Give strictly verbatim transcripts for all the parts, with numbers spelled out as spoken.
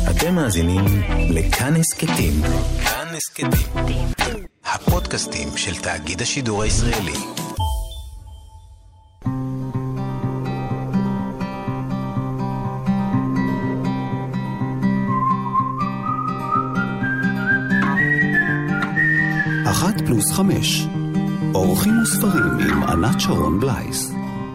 אתם מאזינים לכאן הסכתים. כאן הסכתים. הפודקאסטים של תאגיד השידור הישראלי. אחת פלוס חמש. אורחים וספרים עם ענת שרון בלייס.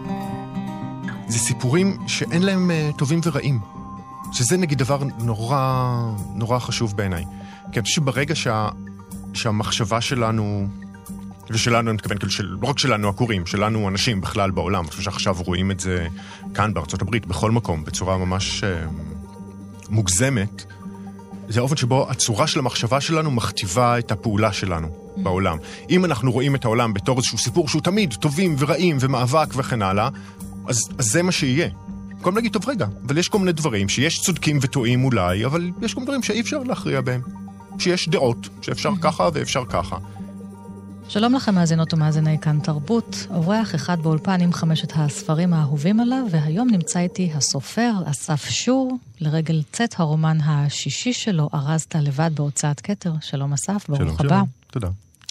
זה סיפורים שאין להם uh, טובים ורעים. שזה נגיד דבר נורא, נורא חשוב בעיניי. כי אני חושב שברגע שה, שהמחשבה שלנו, ושלנו, אני מתכוון, כאילו, של, לא רק שלנו הקוראים, שלנו אנשים בכלל בעולם, אני חושב שעכשיו רואים את זה כאן בארצות הברית, בכל מקום, בצורה ממש uh, מוגזמת, זה האופן שבו הצורה של המחשבה שלנו מכתיבה את הפעולה שלנו mm. בעולם. אם אנחנו רואים את העולם בתור איזשהו סיפור שהוא תמיד טובים ורעים ומאבק וכן הלאה, אז, אז זה מה שיהיה. במקום להגיד, טוב רגע, אבל יש כל מיני דברים שיש צודקים וטועים אולי, אבל יש כל מיני דברים שאי אפשר להכריע בהם. שיש דעות, שאפשר mm-hmm. ככה ואפשר ככה. שלום לכם מאזינות ומאזיני כאן תרבות, אורח אחד באולפן עם חמשת הספרים האהובים עליו, והיום נמצא איתי הסופר אסף שור, לרגל צאת הרומן השישי שלו, ארזת לבד בהוצאת כתר. שלום אסף, ברוך שלום, הבא. שלום, תודה.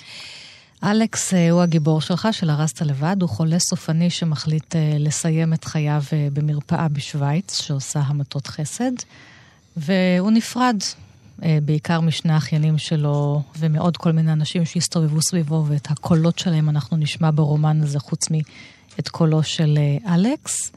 אלכס הוא הגיבור שלך של ארזת לבד, הוא חולה סופני שמחליט לסיים את חייו במרפאה בשוויץ, שעושה המתות חסד, והוא נפרד בעיקר משני האחיינים שלו, ומעוד כל מיני אנשים שהסתובבו סביבו, ואת הקולות שלהם אנחנו נשמע ברומן הזה, חוץ מאת קולו של אלכס.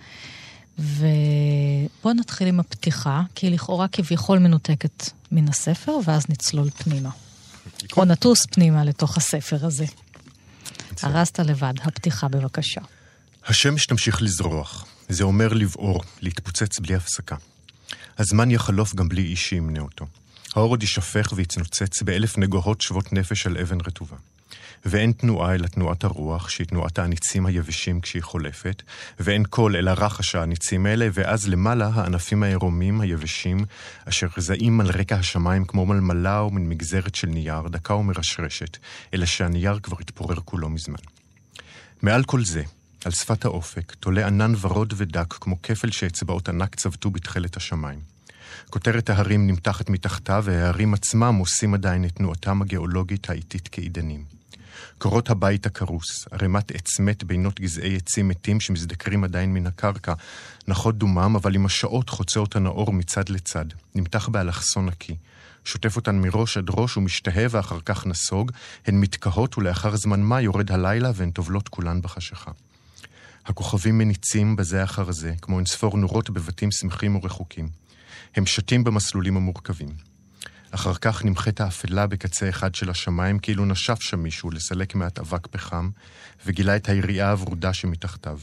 ובואו נתחיל עם הפתיחה, כי היא לכאורה כביכול מנותקת מן הספר, ואז נצלול פנימה. או נטוס פנימה לתוך הספר הזה. ארזת לבד, הפתיחה בבקשה. השמש תמשיך לזרוח. זה אומר לבעור, להתפוצץ בלי הפסקה. הזמן יחלוף גם בלי איש שימנה אותו. האור עוד ישפך ויצנוצץ באלף נגוהות שוות נפש על אבן רטובה. ואין תנועה אלא תנועת הרוח, שהיא תנועת העניצים היבשים כשהיא חולפת, ואין קול אלא רחש העניצים האלה, ואז למעלה הענפים העירומים היבשים, אשר זעים על רקע השמיים כמו מלמלה או מן מגזרת של נייר, דקה ומרשרשת, אלא שהנייר כבר התפורר כולו מזמן. מעל כל זה, על שפת האופק, תולה ענן ורוד ודק, כמו כפל שאצבעות ענק צבטו בתחילת השמיים. כותרת ההרים נמתחת מתחתה, וההרים עצמם עושים עדיין את תנועתם הגיאולוגית האיטית כעידנים. קורות הבית הקרוס, ערימת עץ מת בינות גזעי עצים מתים שמזדקרים עדיין מן הקרקע, נחות דומם, אבל עם השעות חוצה אותן האור מצד לצד, נמתח באלכסון נקי, שוטף אותן מראש עד ראש ומשתהה ואחר כך נסוג, הן מתקהות ולאחר זמן מה יורד הלילה והן טובלות כולן בחשיכה. הכוכבים מניצים בזה אחר זה, כמו אינספור נורות בבתים שמחים ורחוקים. הם שתים במסלולים המורכבים. אחר כך נמחת האפלה בקצה אחד של השמיים, כאילו נשף שם מישהו לסלק מעט אבק פחם, וגילה את היריעה הברודה שמתחתיו.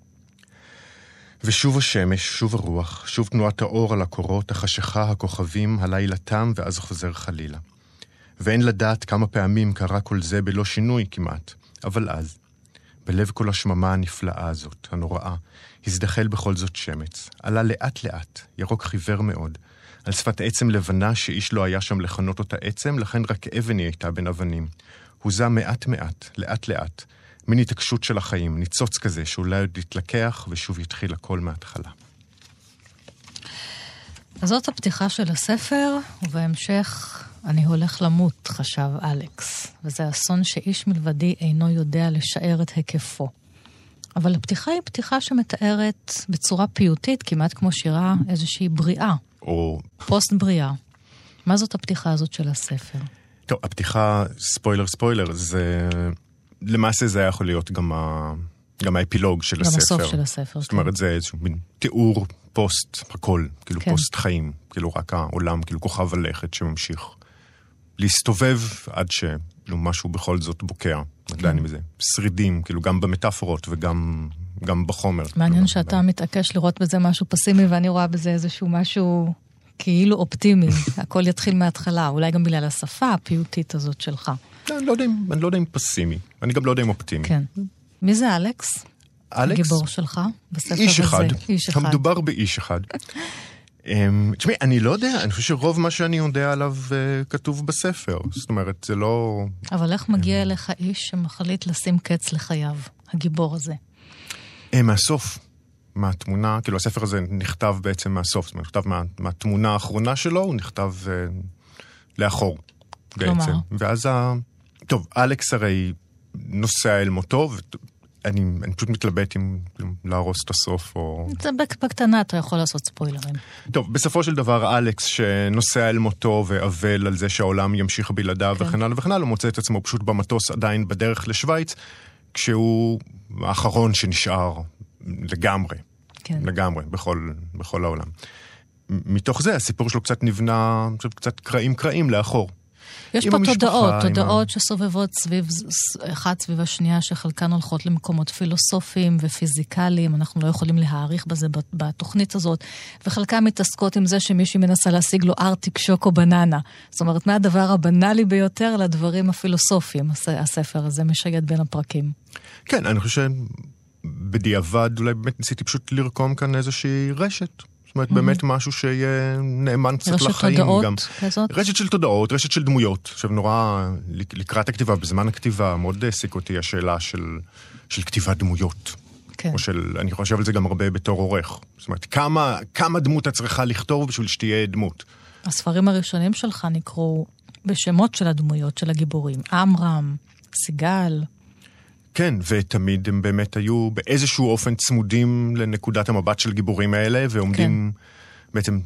ושוב השמש, שוב הרוח, שוב תנועת האור על הקורות, החשיכה, הכוכבים, הלילתם, ואז חוזר חלילה. ואין לדעת כמה פעמים קרה כל זה בלא שינוי כמעט, אבל אז, בלב כל השממה הנפלאה הזאת, הנוראה, הזדחל בכל זאת שמץ, עלה לאט לאט, ירוק חיוור מאוד, על שפת עצם לבנה שאיש לא היה שם לכנות אותה עצם, לכן רק אבן היא הייתה בין אבנים. הוזה מעט מעט, לאט לאט, מין התעקשות של החיים, ניצוץ כזה שאולי עוד יתלקח ושוב יתחיל הכל מההתחלה. אז זאת הפתיחה של הספר, ובהמשך אני הולך למות, חשב אלכס, וזה אסון שאיש מלבדי אינו יודע לשער את היקפו. אבל הפתיחה היא פתיחה שמתארת בצורה פיוטית, כמעט כמו שירה, איזושהי בריאה. או... פוסט בריאה. מה זאת הפתיחה הזאת של הספר? טוב, הפתיחה, ספוילר ספוילר, זה... למעשה זה היה יכול להיות גם, ה... גם האפילוג של גם הספר. גם הסוף של הספר. זאת אומרת, כן. זה איזשהו מין תיאור פוסט הכל, כאילו כן. פוסט חיים, כאילו רק העולם, כאילו כוכב הלכת שממשיך להסתובב עד שמשהו בכל זאת בוקע. עדיין עם זה. שרידים, כאילו גם במטאפורות וגם גם בחומר. מעניין שאתה מתעקש לראות בזה משהו פסימי, ואני רואה בזה איזשהו משהו כאילו אופטימי. הכל יתחיל מההתחלה, אולי גם בגלל השפה הפיוטית הזאת שלך. אני לא יודע אם, אני לא יודע אם פסימי, אני גם לא יודע אם אופטימי. כן. מי זה אלכס? אלכס? הגיבור שלך בספר הזה. איש אחד. איש אחד. המדובר באיש אחד. תשמעי, אני לא יודע, אני חושב שרוב מה שאני יודע עליו כתוב בספר. זאת אומרת, זה לא... אבל איך מגיע אליך איש שמחליט לשים קץ לחייו, הגיבור הזה? מהסוף. מהתמונה, כאילו הספר הזה נכתב בעצם מהסוף, זאת אומרת, נכתב מה, מהתמונה האחרונה שלו, הוא נכתב uh, לאחור בעצם. כלומר. ואז, ה... טוב, אלכס הרי נוסע אל מותו, ואני אני פשוט מתלבט אם להרוס את הסוף או... זה בקטנה, אתה יכול לעשות ספוילרים. טוב, בסופו של דבר, אלכס שנוסע אל מותו ואבל על זה שהעולם ימשיך בלעדיו כן. וכן הלאה וכן הלאה, הוא מוצא את עצמו פשוט במטוס עדיין בדרך לשוויץ, כשהוא האחרון שנשאר לגמרי. כן. לגמרי, בכל, בכל העולם. מתוך זה, הסיפור שלו קצת נבנה, קצת קרעים קרעים לאחור. יש פה תודעות, תודעות שסובבות סביב, אחת סביב השנייה, שחלקן הולכות למקומות פילוסופיים ופיזיקליים, אנחנו לא יכולים להעריך בזה בתוכנית הזאת, וחלקן מתעסקות עם זה שמישהי מנסה להשיג לו ארטיק, שוקו, בננה. זאת אומרת, מה הדבר הבנאלי ביותר לדברים הפילוסופיים, הספר הזה משייד בין הפרקים. כן, אני חושב שבדיעבד אולי באמת ניסיתי פשוט לרקום כאן איזושהי רשת. זאת אומרת, באמת משהו שיהיה נאמן קצת לחיים. רשת תודעות כזאת? רשת של תודעות, רשת של דמויות. עכשיו, נורא, לקראת הכתיבה, בזמן הכתיבה, מאוד העסיק אותי השאלה של, של כתיבת דמויות. כן. או של, אני חושב על זה גם הרבה בתור עורך. זאת אומרת, כמה, כמה דמות את צריכה לכתוב בשביל שתהיה דמות? הספרים הראשונים שלך נקראו בשמות של הדמויות, של הגיבורים. אמרם, סיגל... כן, ותמיד הם באמת היו באיזשהו אופן צמודים לנקודת המבט של גיבורים האלה, ועומדים כן. בעצם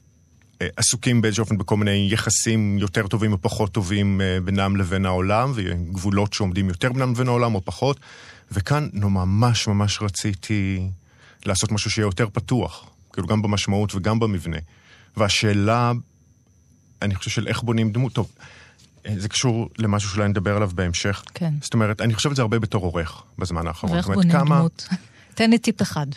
עסוקים באיזשהו אופן בכל מיני יחסים יותר טובים או פחות טובים בינם לבין העולם, וגבולות שעומדים יותר בינם לבין העולם או פחות, וכאן נו, ממש ממש רציתי לעשות משהו שיהיה יותר פתוח, כאילו גם במשמעות וגם במבנה. והשאלה, אני חושב של איך בונים דמות, טוב, זה קשור למשהו שאולי נדבר עליו בהמשך. כן. זאת אומרת, אני חושב על זה הרבה בתור עורך בזמן האחרון. ואיך בונים כמה... דמות? תן לי טיפ אחד.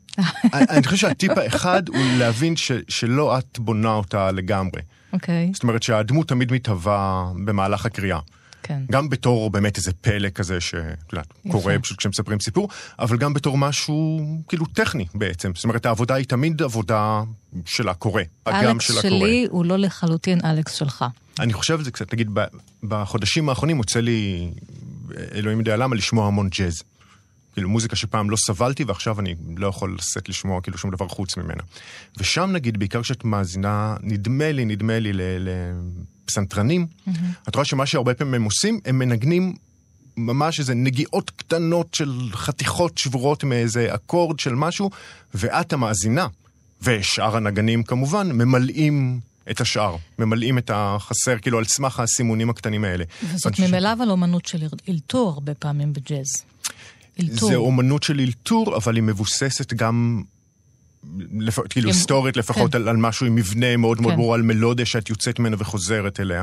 אני חושב שהטיפ האחד הוא להבין ש, שלא את בונה אותה לגמרי. אוקיי. זאת אומרת שהדמות תמיד מתהווה במהלך הקריאה. כן. גם בתור באמת איזה פלא כזה שקורה פשוט כשמספרים סיפור, אבל גם בתור משהו כאילו טכני בעצם. זאת אומרת, העבודה היא תמיד עבודה של הקורא. אלכס שלי הוא לא לחלוטין אלכס שלך. אני חושב על זה קצת, נגיד, בחודשים האחרונים הוצא לי, אלוהים יודע למה, לשמוע המון ג'אז. כאילו, מוזיקה שפעם לא סבלתי, ועכשיו אני לא יכול לשאת לשמוע כאילו שום דבר חוץ ממנה. ושם, נגיד, בעיקר כשאת מאזינה, נדמה לי, נדמה לי לפסנתרנים, mm-hmm. את רואה שמה שהרבה פעמים הם עושים, הם מנגנים ממש איזה נגיעות קטנות של חתיכות שבורות מאיזה אקורד של משהו, ואת המאזינה, ושאר הנגנים כמובן, ממלאים את השאר, ממלאים את החסר, כאילו על סמך הסימונים הקטנים האלה. וזאת ממילא אבל אומנות של אילתור הרבה פעמים בג'אז. זה אומנות של אילתור, אבל היא מבוססת גם, כאילו היסטורית לפחות על משהו עם מבנה מאוד מאוד ברור, על מלודיה שאת יוצאת ממנה וחוזרת אליה,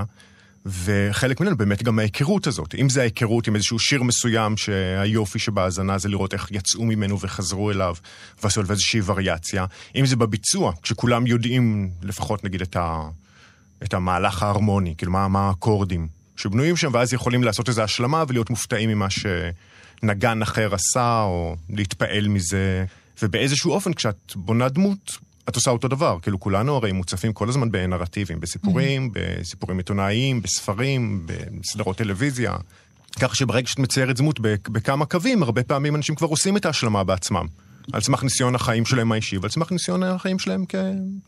וחלק ממנו באמת גם ההיכרות הזאת. אם זה ההיכרות עם איזשהו שיר מסוים שהיופי שבהאזנה זה לראות איך יצאו ממנו וחזרו אליו, ועשו עליו איזושהי וריאציה. אם זה בביצוע, כשכולם יודעים לפחות נגיד את, ה, את המהלך ההרמוני, כאילו מה, מה האקורדים שבנויים שם, ואז יכולים לעשות איזו השלמה ולהיות מופתעים ממה שנגן אחר עשה, או להתפעל מזה. ובאיזשהו אופן כשאת בונה דמות, את עושה אותו דבר, כאילו כולנו הרי מוצפים כל הזמן בנרטיבים, בסיפורים, בסיפורים עיתונאיים, בספרים, בסדרות טלוויזיה. כך שברגע שאת מציירת דמות בכמה קווים, הרבה פעמים אנשים כבר עושים את ההשלמה בעצמם. על סמך ניסיון החיים שלהם האישי, ועל סמך ניסיון החיים שלהם כ...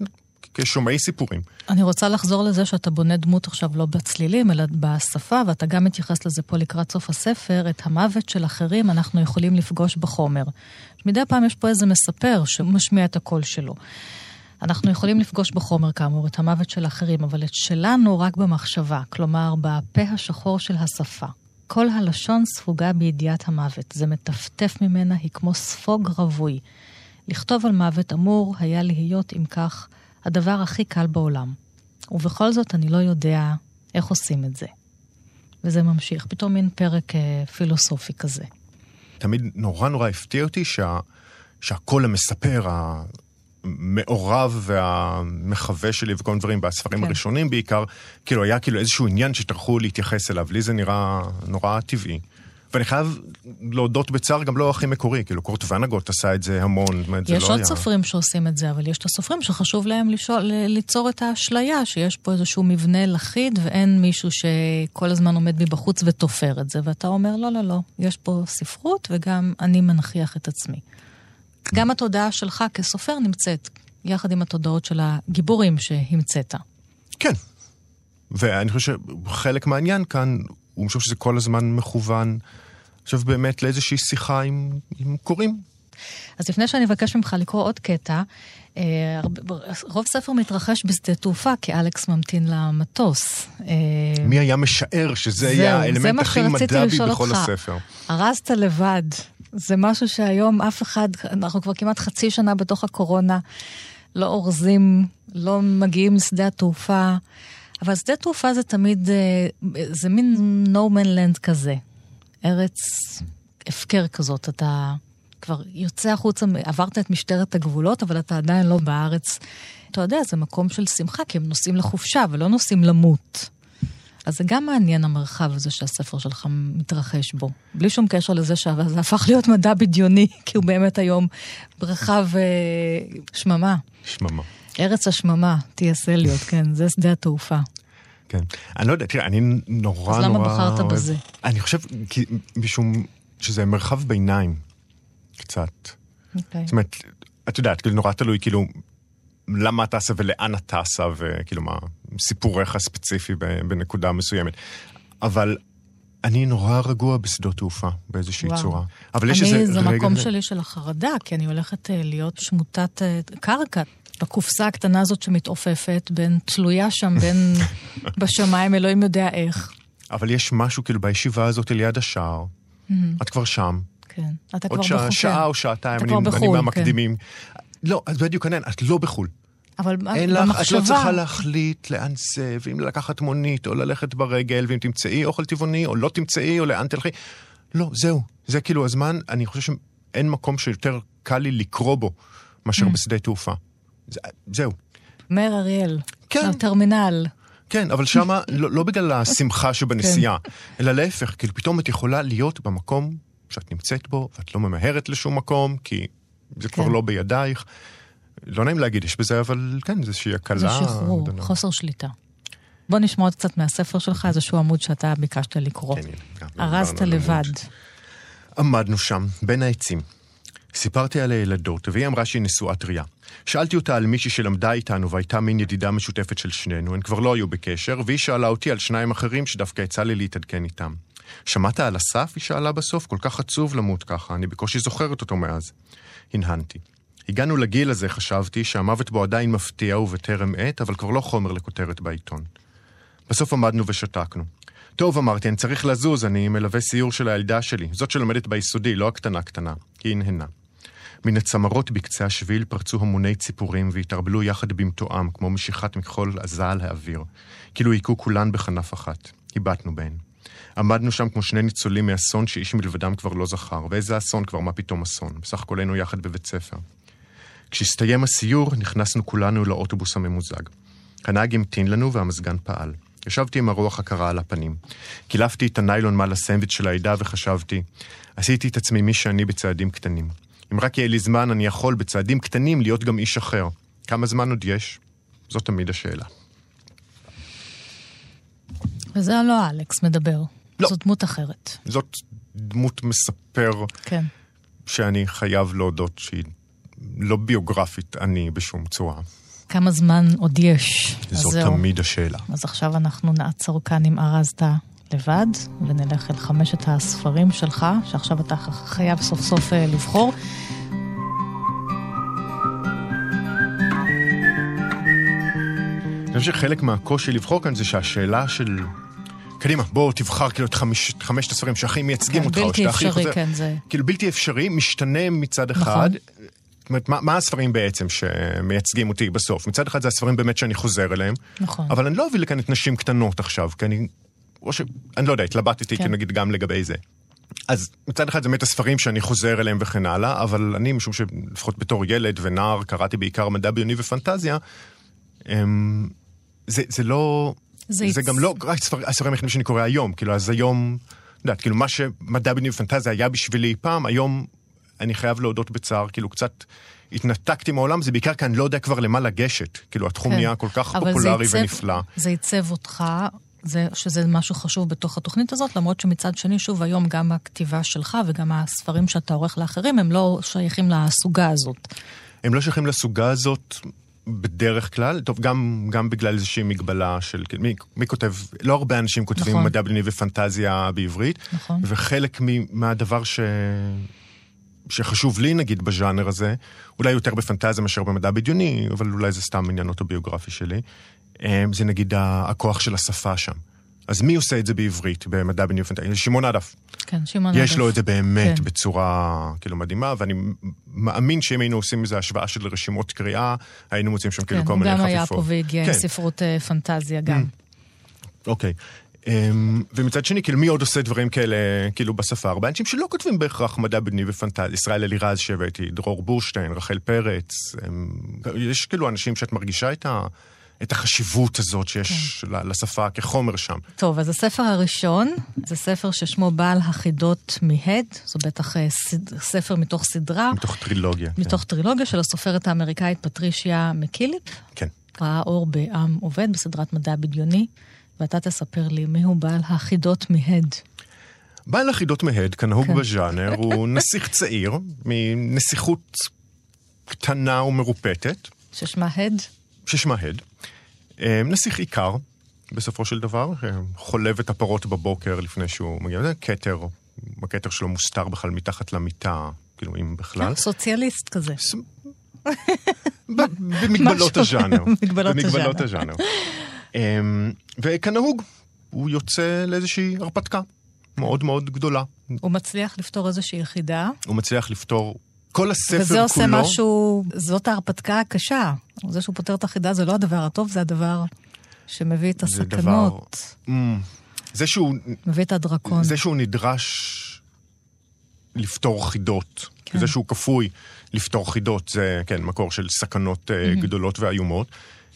כשומעי סיפורים. אני רוצה לחזור לזה שאתה בונה דמות עכשיו לא בצלילים, אלא בשפה, ואתה גם מתייחס לזה פה לקראת סוף הספר, את המוות של אחרים אנחנו יכולים לפגוש בחומר. מדי פעם יש פה איזה מספר שמשמיע את הקול שלו. אנחנו יכולים לפגוש בחומר כאמור את המוות של אחרים, אבל את שלנו רק במחשבה, כלומר בפה השחור של השפה. כל הלשון ספוגה בידיעת המוות, זה מטפטף ממנה, היא כמו ספוג רווי. לכתוב על מוות אמור היה להיות אם כך הדבר הכי קל בעולם. ובכל זאת אני לא יודע איך עושים את זה. וזה ממשיך, פתאום מין פרק אה, פילוסופי כזה. תמיד נורא נורא הפתיע אותי שה, שהקול המספר המעורב והמחווה שלי וכל מיני דברים בספרים כן. הראשונים בעיקר, כאילו היה כאילו איזשהו עניין שטרחו להתייחס אליו. לי זה נראה נורא טבעי. ואני חייב להודות בצער גם לא הכי מקורי, כאילו קורט ונגוט עשה את זה המון. יש עוד סופרים שעושים את זה, אבל יש את הסופרים שחשוב להם ליצור את האשליה, שיש פה איזשהו מבנה לחיד, ואין מישהו שכל הזמן עומד מבחוץ ותופר את זה, ואתה אומר, לא, לא, לא, יש פה ספרות, וגם אני מנחיח את עצמי. גם התודעה שלך כסופר נמצאת, יחד עם התודעות של הגיבורים שהמצאת. כן. ואני חושב שחלק מהעניין כאן, הוא משום שזה כל הזמן מכוון, עכשיו באמת לאיזושהי שיחה עם, עם קוראים. אז לפני שאני אבקש ממך לקרוא עוד קטע, רוב ספר מתרחש בשדה תעופה, כי אלכס ממתין למטוס. מי היה משער שזה היה האלמנט הכי מדבי בכל הספר? ארזת לבד. זה משהו שהיום אף אחד, אנחנו כבר כמעט חצי שנה בתוך הקורונה, לא אורזים, לא מגיעים לשדה התעופה, אבל שדה תעופה זה תמיד, זה מין no man land כזה. ארץ הפקר כזאת, אתה כבר יוצא החוצה, עברת את משטרת הגבולות, אבל אתה עדיין לא בארץ. אתה יודע, זה מקום של שמחה, כי הם נוסעים לחופשה ולא נוסעים למות. אז זה גם מעניין המרחב הזה שהספר שלך מתרחש בו. בלי שום קשר לזה שזה הפך להיות מדע בדיוני, כי הוא באמת היום ברחב אה, שממה. שממה. ארץ השממה, טי אס אליוט, כן, זה שדה התעופה. כן. אני לא יודע, תראה, אני נורא אז נורא... למה בחרת בזה? אני חושב, כי משום שזה מרחב ביניים, קצת. אוקיי. זאת אומרת, את יודעת, כאילו נורא תלוי, כאילו, למה אתה טסה ולאן אתה טסה, וכאילו מה, סיפורך ספציפי בנקודה מסוימת. אבל אני נורא רגוע בשדות תעופה, באיזושהי וואו. צורה. אבל יש אני, איזה זה רגע... מקום שלי של החרדה, כי אני הולכת להיות שמוטת קרקע. בקופסה הקטנה הזאת שמתעופפת, בין תלויה שם, בין בשמיים, אלוהים יודע איך. אבל יש משהו כאילו בישיבה הזאת ליד השער, את כבר שם. כן, אתה כבר עוד בחול. עוד שעה או שעתיים, אני, בחול, אני מהמקדימים. כן. לא, אז בדיוק, אין, את לא בחול. אבל אין לך, במחשבה... את לא צריכה להחליט לאן זה, ואם לקחת מונית, או ללכת ברגל, ואם תמצאי אוכל טבעוני, או לא תמצאי, או לאן תלכי. לא, זהו. זה כאילו הזמן, אני חושב שאין מקום שיותר קל לי לקרוא בו, מאשר mm. בשדה תעופה. זה, זהו. מאיר אריאל. כן. הטרמינל. כן, אבל שמה, לא, לא בגלל השמחה שבנסיעה, אלא להפך, כאילו פתאום את יכולה להיות במקום שאת נמצאת בו, ואת לא ממהרת לשום מקום, כי זה כבר לא בידייך. לא נעים להגיד, יש בזה, אבל כן, זה שהיא הקלה. זה שחרור, חוסר שליטה. בוא נשמע עוד קצת מהספר שלך, איזשהו עמוד שאתה ביקשת לקרוא. ארזת לבד. עמדנו שם, בין העצים. סיפרתי על הילדות, והיא אמרה שהיא נשואה טריה. שאלתי אותה על מישהי שלמדה איתנו, והייתה מין ידידה משותפת של שנינו, הן כבר לא היו בקשר, והיא שאלה אותי על שניים אחרים שדווקא יצא לי להתעדכן איתם. שמעת על אסף? היא שאלה בסוף, כל כך עצוב למות ככה, אני בקושי זוכרת אותו מאז. הנהנתי. הגענו לגיל הזה, חשבתי, שהמוות בו עדיין מפתיע ובטרם עת, אבל כבר לא חומר לכותרת בעיתון. בסוף עמדנו ושתקנו. טוב, אמרתי, אני צריך לזוז, אני מלווה סיור של הילדה שלי, זאת שלומדת ביסודי, לא הקטנה קטנה, היא הנהנה. מן הצמרות בקצה השביל פרצו המוני ציפורים והתערבלו יחד במתואם, כמו משיכת מכחול עזה על האוויר, כאילו עיקו כולן בחנף אחת. היבטנו בהן. עמדנו שם כמו שני ניצולים מאסון שאיש מלבדם כבר לא זכר, ואיזה אסון כבר, מה פתאום אסון, בסך כולנו יחד בבית ספר. כשהסתיים הסיור, נכנסנו כולנו לאוטובוס הממוזג. הנהג המתין לנו והמזגן פעל. ישבתי עם הרוח הקרה על הפנים. קילפתי את הניילון מעל הסנדוויץ' של העדה וחשבתי, עשיתי את עצמי מי שאני בצעדים קטנים. אם רק יהיה לי זמן, אני יכול בצעדים קטנים להיות גם איש אחר. כמה זמן עוד יש? זאת תמיד השאלה. וזה לא אלכס מדבר. לא. זאת דמות אחרת. זאת דמות מספר כן. שאני חייב להודות שהיא לא ביוגרפית אני בשום צורה. כמה זמן עוד יש? זאת תמיד השאלה. אז עכשיו אנחנו נעצור כאן עם ארזת לבד, ונלך אל חמשת הספרים שלך, שעכשיו אתה חייב סוף סוף לבחור. אני חושב שחלק מהקושי לבחור כאן זה שהשאלה של... קדימה, בוא תבחר כאילו את חמש, חמשת הספרים שהכי מייצגים אותך. בלתי אפשרי, כן, זה... כאילו בלתי אפשרי, משתנה מצד אחד. זאת אומרת, מה, מה הספרים בעצם שמייצגים אותי בסוף? מצד אחד זה הספרים באמת שאני חוזר אליהם. נכון. אבל אני לא אביא לכאן את נשים קטנות עכשיו, כי אני... או ש... אני לא יודע, התלבטתי כן. נגיד גם לגבי זה. אז מצד אחד זה באמת הספרים שאני חוזר אליהם וכן הלאה, אבל אני, משום שלפחות בתור ילד ונער, קראתי בעיקר מדע בדיוני ופנטזיה, הם... זה, זה לא... זה, זה גם לא רק הספרים היחידים שאני קורא היום, כאילו, אז היום, יודעת, כאילו, מה שמדע בדיוני ופנטזיה היה בשבילי פעם, היום אני חייב להודות בצער, כאילו, קצת התנתקתי מהעולם, זה בעיקר כי אני לא יודע כבר למה לגשת, כאילו, התחום כן. נהיה כל כך פופולרי ייצב, ונפלא. זה ייצב אותך זה, שזה משהו חשוב בתוך התוכנית הזאת, למרות שמצד שני, שוב, היום גם הכתיבה שלך וגם הספרים שאתה עורך לאחרים, הם לא שייכים לסוגה הזאת. הם לא שייכים לסוגה הזאת בדרך כלל, טוב, גם, גם בגלל איזושהי מגבלה של, מי, מי כותב, לא הרבה אנשים כותבים נכון. מדע בדיוני ופנטזיה בעברית, נכון. וחלק מהדבר ש... שחשוב לי, נגיד, בז'אנר הזה, אולי יותר בפנטזיה מאשר במדע בדיוני, אבל אולי זה סתם עניין אוטוביוגרפי שלי, זה נגיד הכוח של השפה שם. אז מי עושה את זה בעברית, במדע בדיוני ופנטזיה? שמעון עדף. כן, שמעון עדף. יש לו את זה באמת כן. בצורה כאילו מדהימה, ואני מאמין שאם היינו עושים איזו השוואה של רשימות קריאה, היינו מוצאים שם כאילו כן, כל מיני חפיפות. גם היה פה והגיע כן. ספרות פנטזיה גם. אוקיי. ומצד שני, כאילו, מי עוד עושה דברים כאלה, כאילו, בשפה? הרבה אנשים שלא כותבים בהכרח מדע בדיוני ופנטזיה. ישראל אלירז שהבאתי, דרור בורשטיין, רחל פרץ. יש כאילו אנשים שאת מרגישה את ה... את החשיבות הזאת שיש כן. לשפה כחומר שם. טוב, אז הספר הראשון, זה ספר ששמו בעל החידות מהד, זו בטח סד, ספר מתוך סדרה. מתוך טרילוגיה. מתוך כן. טרילוגיה של הסופרת האמריקאית פטרישיה מקיליפ. כן. ראה אור בעם עובד בסדרת מדע בדיוני, ואתה תספר לי מיהו בעל החידות מהד. בעל החידות מהד, כנהוג כן. בז'אנר, הוא נסיך צעיר, מנסיכות קטנה ומרופטת. ששמה הד? ששמה הד. נסיך עיקר, בסופו של דבר, חולב את הפרות בבוקר לפני שהוא מגיע. זה כתר, הכתר שלו מוסתר בכלל מתחת למיטה, כאילו אם בכלל. סוציאליסט כזה. במגבלות הז'אנר. במגבלות הז'אנר. וכנהוג, הוא יוצא לאיזושהי הרפתקה מאוד מאוד גדולה. הוא מצליח לפתור איזושהי יחידה. הוא מצליח לפתור כל הספר כולו. וזה עושה משהו, זאת ההרפתקה הקשה. זה שהוא פותר את החידה זה לא הדבר הטוב, זה הדבר שמביא את הסכנות. זה שהוא... מביא את הדרקון. זה שהוא נדרש לפתור חידות. זה שהוא כפוי לפתור חידות, זה כן, מקור של סכנות גדולות ואיומות.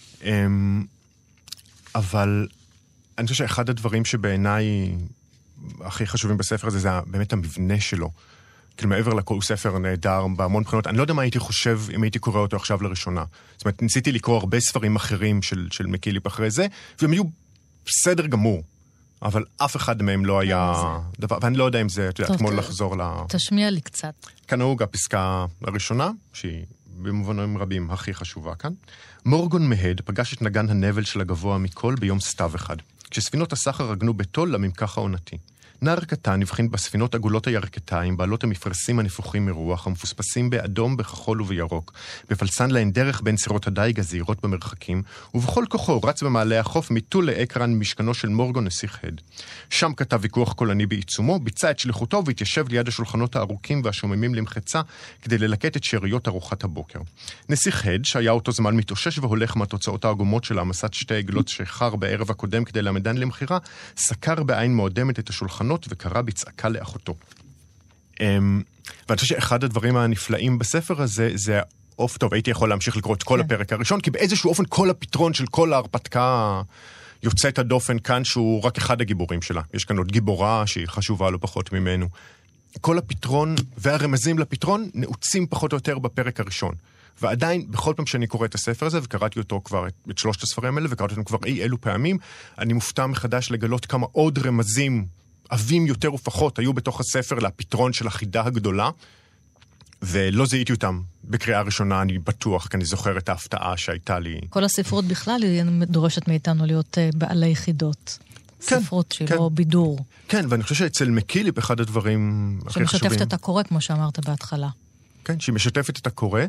אבל אני חושב שאחד הדברים שבעיניי הכי חשובים בספר הזה, זה באמת המבנה שלו. כאילו מעבר לכל הוא ספר נהדר בהמון בחינות. אני לא יודע מה הייתי חושב אם הייתי קורא אותו עכשיו לראשונה. זאת אומרת, ניסיתי לקרוא הרבה ספרים אחרים של, של מקיליפ אחרי זה, והם היו בסדר גמור. אבל אף אחד מהם לא היה דבר, ואני לא יודע אם זה, אתה יודע, כמו לחזור ל... תשמיע לי קצת. כנהוג הפסקה הראשונה, שהיא במובנים רבים הכי חשובה כאן. מורגון מהד פגש את נגן הנבל של הגבוה מכל ביום סתיו אחד, כשספינות הסחר רגנו בתול לממכח העונתי. נער קטן הבחין בספינות עגולות הירכתיים, בעלות המפרסים הנפוחים מרוח, המפוספסים באדום, בכחול ובירוק, בפלסן להן דרך בין סירות הדייג הזהירות במרחקים, ובכל כוחו רץ במעלה החוף מטול לאקרן משכנו של מורגון נסיך הד. שם כתב ויכוח קולני בעיצומו, ביצע את שליחותו והתיישב ליד השולחנות הארוכים והשוממים למחצה, כדי ללקט את שאריות ארוחת הבוקר. נסיך הד, שהיה אותו זמן מתאושש והולך מהתוצאות העגומות של העמסת שתי עגלות שחר בערב הקודם כדי לעמדן למחירה, סקר בעין מועדמת את השולחנות וקרא בצעקה לאחותו. ואני חושב שאחד הדברים הנפלאים בספר הזה, זה אוף טוב, הייתי יכול להמשיך לקרוא את כל הפרק הראשון, כי באיזשהו אופן כל הפתרון של כל ההרפתקה יוצאת הדופן כאן, שהוא רק אחד הגיבורים שלה. יש כאן עוד גיבורה שהיא חשובה לא פחות ממנו. כל הפתרון והרמזים לפתרון נעוצים פחות או יותר בפרק הראשון. ועדיין, בכל פעם שאני קורא את הספר הזה, וקראתי אותו כבר, את, את שלושת הספרים האלה, וקראתי אותם כבר אי אלו פעמים, אני מופתע מחדש לגלות כמה עוד רמזים עבים יותר ופחות היו בתוך הספר לפתרון של החידה הגדולה, ולא זיהיתי אותם בקריאה ראשונה, אני בטוח, כי אני זוכר את ההפתעה שהייתה לי. כל הספרות בכלל היא דורשת מאיתנו להיות בעלי חידות. כן, ספרות שהיא כן. לא בידור. כן, ואני חושב שאצל מקיליפ אחד הדברים הכי חשובים. שמשתפת את הקורא, כמו שאמרת בהתחלה. כן, שהיא משתפת את הקורא,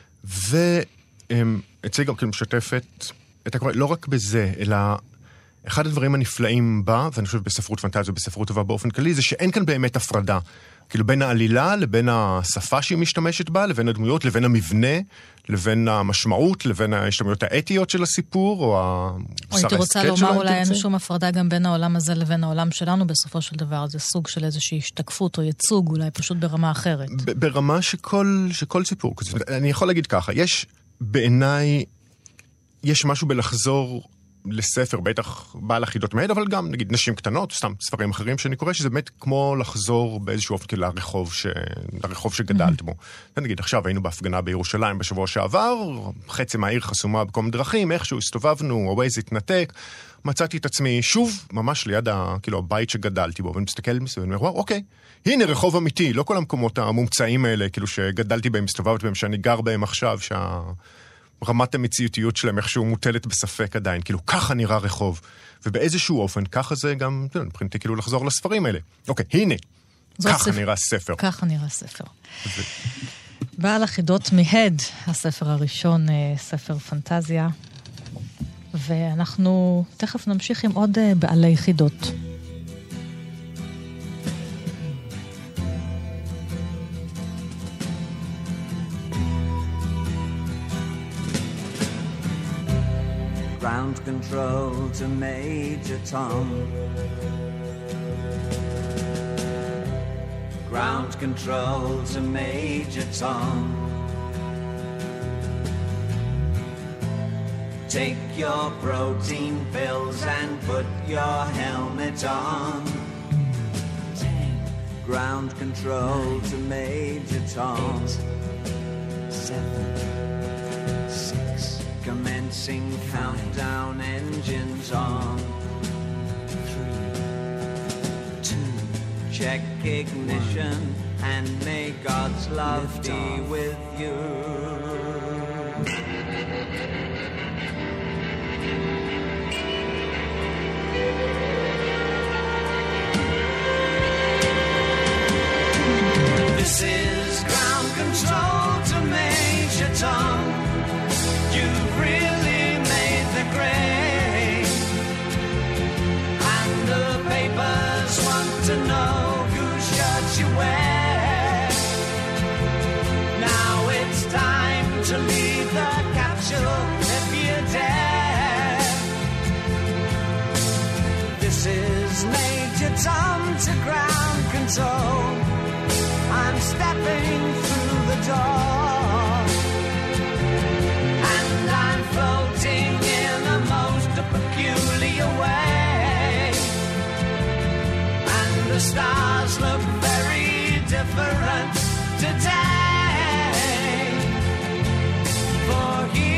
ואצלי גם כן משתפת את הקורא, לא רק בזה, אלא אחד הדברים הנפלאים בה, ואני חושב בספרות פנטזיה ובספרות טובה באופן כללי, זה שאין כאן באמת הפרדה. כאילו בין העלילה, לבין השפה שהיא משתמשת בה, לבין הדמויות, לבין המבנה, לבין המשמעות, לבין ההשתמעויות האתיות של הסיפור, או המוסר ההסקט שלו. הייתי רוצה לומר, אולי אין שום הפרדה גם בין העולם הזה לבין העולם שלנו, בסופו של דבר. זה סוג של איזושהי השתקפות או ייצוג, אולי פשוט ברמה אחרת. ברמה שכל, שכל סיפור כזה. אני יכול להגיד ככה, יש בעיניי, יש משהו בלחזור לספר, בטח בעל החידות מהד, אבל גם, נגיד, נשים קטנות, סתם ספרים אחרים שאני קורא, שזה באמת כמו לחזור באיזשהו אופן, כאילו, לרחוב, ש... לרחוב שגדלת בו. נגיד, עכשיו היינו בהפגנה בירושלים בשבוע שעבר, חצי מהעיר חסומה בכל דרכים, איכשהו הסתובבנו, הווייז התנתק, מצאתי את עצמי שוב, ממש ליד ה... כאילו, הבית שגדלתי בו, ואני מסתכל מסביב, ואני אומר, אוקיי, הנה רחוב אמיתי, לא כל המקומות המומצאים האלה, כאילו, שגדלתי בהם, הסתובבתי בהם, שאני גר בהם עכשיו, שה... רמת המציאותיות שלהם איכשהו מוטלת בספק עדיין, כאילו ככה נראה רחוב, ובאיזשהו אופן ככה זה גם, מבחינתי כאילו לחזור לספרים האלה. אוקיי, הנה, ככה ספר. נראה ספר. ככה נראה ספר. ו... בעל החידות מהד, הספר הראשון, ספר פנטזיה, ואנחנו תכף נמשיך עם עוד בעלי חידות. Ground control to Major Tom. Ground control to Major Tom. Take your protein pills and put your helmet on. Ten. Ground control nine, to Major Tom. Eight, seven, six. Commencing countdown, engines on. Three, two, check ignition, and may God's love be with you. This is ground control to Major Tom. You've really made the grade, and the papers want to know whose shirt you wear. Now it's time to leave the capsule if you dare. This is Major Tom to ground control. I'm stepping through the door, and I'm floating in a most peculiar way, and the stars look very different today. For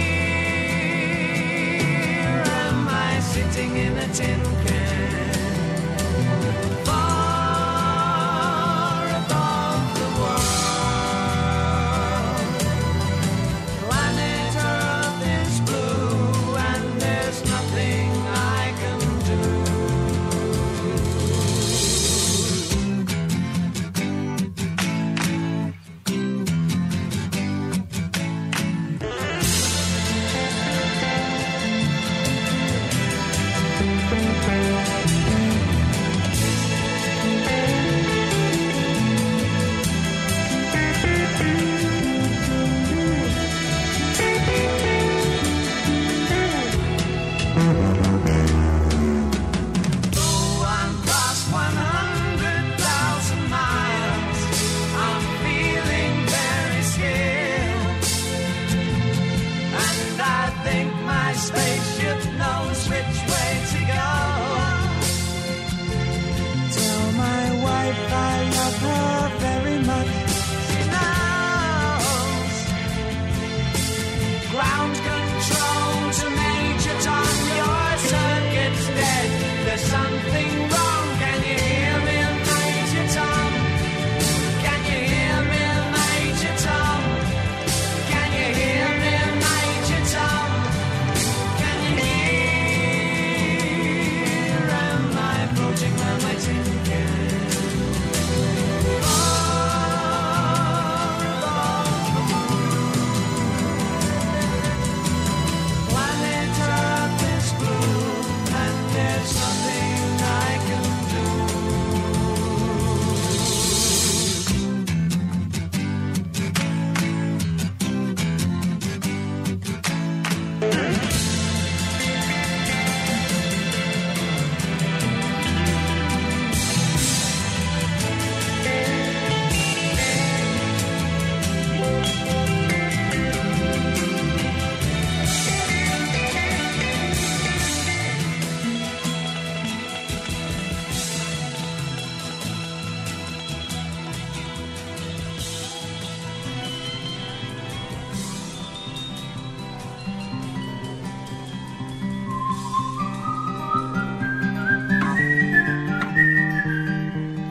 here am I sitting in a tin can,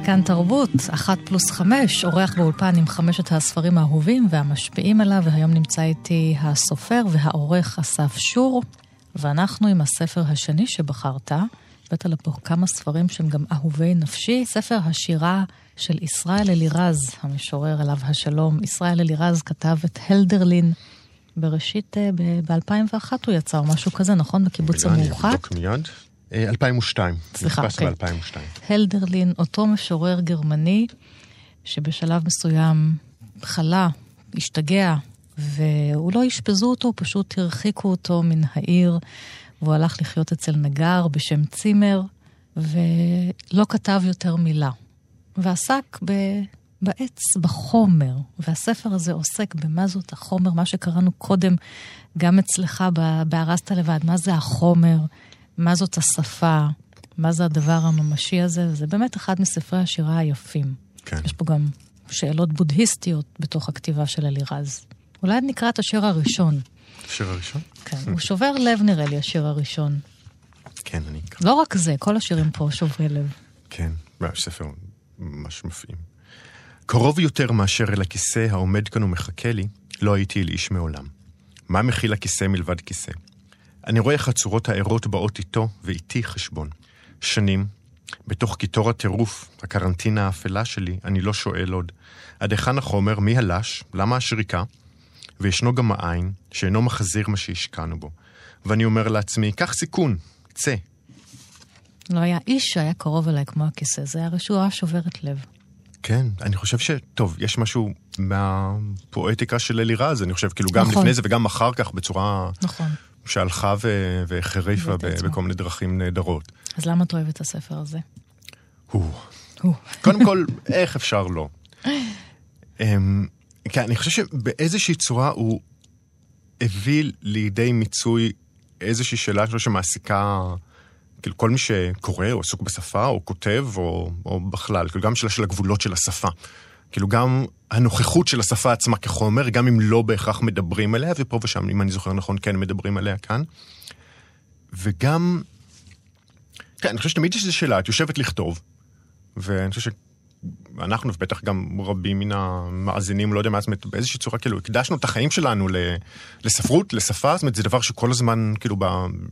כאן תרבות, אחת פלוס חמש, אורח באולפן עם חמשת הספרים האהובים והמשפיעים עליו, והיום נמצא איתי הסופר והעורך אסף שור, ואנחנו עם הספר השני שבחרת, הבאת לפה כמה ספרים שהם גם אהובי נפשי, ספר השירה של ישראל אלירז, המשורר עליו השלום. ישראל אלירז כתב את הלדרלין, בראשית, ב-אלפיים ואחת הוא יצא, או משהו כזה, נכון? בקיבוץ המאוחד? אני אבדוק מיד. אלפיים ושתיים. סליחה, נדפס ב-אלפיים ושתיים. הלדרלין, אותו משורר גרמני, שבשלב מסוים חלה, השתגע, והוא לא השפזו אותו, פשוט הרחיקו אותו מן העיר, והוא הלך לחיות אצל נגר בשם צימר, ולא כתב יותר מילה. ועסק ב... בעץ, בחומר, והספר הזה עוסק במה זאת החומר, מה שקראנו קודם גם אצלך בארזת לבד, מה זה החומר, מה זאת השפה, מה זה הדבר הממשי הזה, וזה באמת אחד מספרי השירה היפים. כן. יש פה גם שאלות בודהיסטיות בתוך הכתיבה של אלירז. אולי נקרא את השיר הראשון. השיר הראשון? כן, הוא שובר לב נראה לי, השיר הראשון. כן, אני אקרא. לא רק זה, כל השירים פה שוברי לב. כן, ספר ממש מפעים. קרוב יותר מאשר אל הכיסא העומד כאן ומחכה לי, לא הייתי אל איש מעולם. מה מכיל הכיסא מלבד כיסא? אני רואה איך הצורות הערות באות איתו ואיתי חשבון. שנים, בתוך קיטור הטירוף, הקרנטינה האפלה שלי, אני לא שואל עוד. עד היכן החומר, מי הלש, למה השריקה? וישנו גם העין, שאינו מחזיר מה שהשקענו בו. ואני אומר לעצמי, קח סיכון, צא. לא היה איש שהיה קרוב אליי כמו הכיסא, זה היה רשועה שוברת לב. כן, אני חושב ש... טוב, יש משהו מהפואטיקה של אלירז, אני חושב, כאילו גם נכון. לפני זה וגם אחר כך, בצורה נכון. שהלכה ו... והחריפה ב... בכל מיני דרכים נהדרות. אז למה אתה אוהב את הספר הזה? הוא. הוא. קודם כל, איך אפשר לא? כן, אני חושב שבאיזושהי צורה הוא הביא לידי מיצוי איזושהי שאלה, אני חושב שמעסיקה... כאילו כל מי שקורא או עסוק בשפה או כותב או, או בכלל, כאילו גם שאלה של הגבולות של השפה. כאילו גם הנוכחות של השפה עצמה כחומר, גם אם לא בהכרח מדברים עליה, ופה ושם, אם אני זוכר נכון, כן מדברים עליה כאן. וגם, כן, אני חושב שתמיד יש איזו שאלה, את יושבת לכתוב, ואני חושב שאנחנו, ובטח גם רבים מן המאזינים, לא יודע מה, זאת אומרת, באיזושהי צורה, כאילו, הקדשנו את החיים שלנו לספרות, לשפה, זאת אומרת, זה דבר שכל הזמן, כאילו, ב...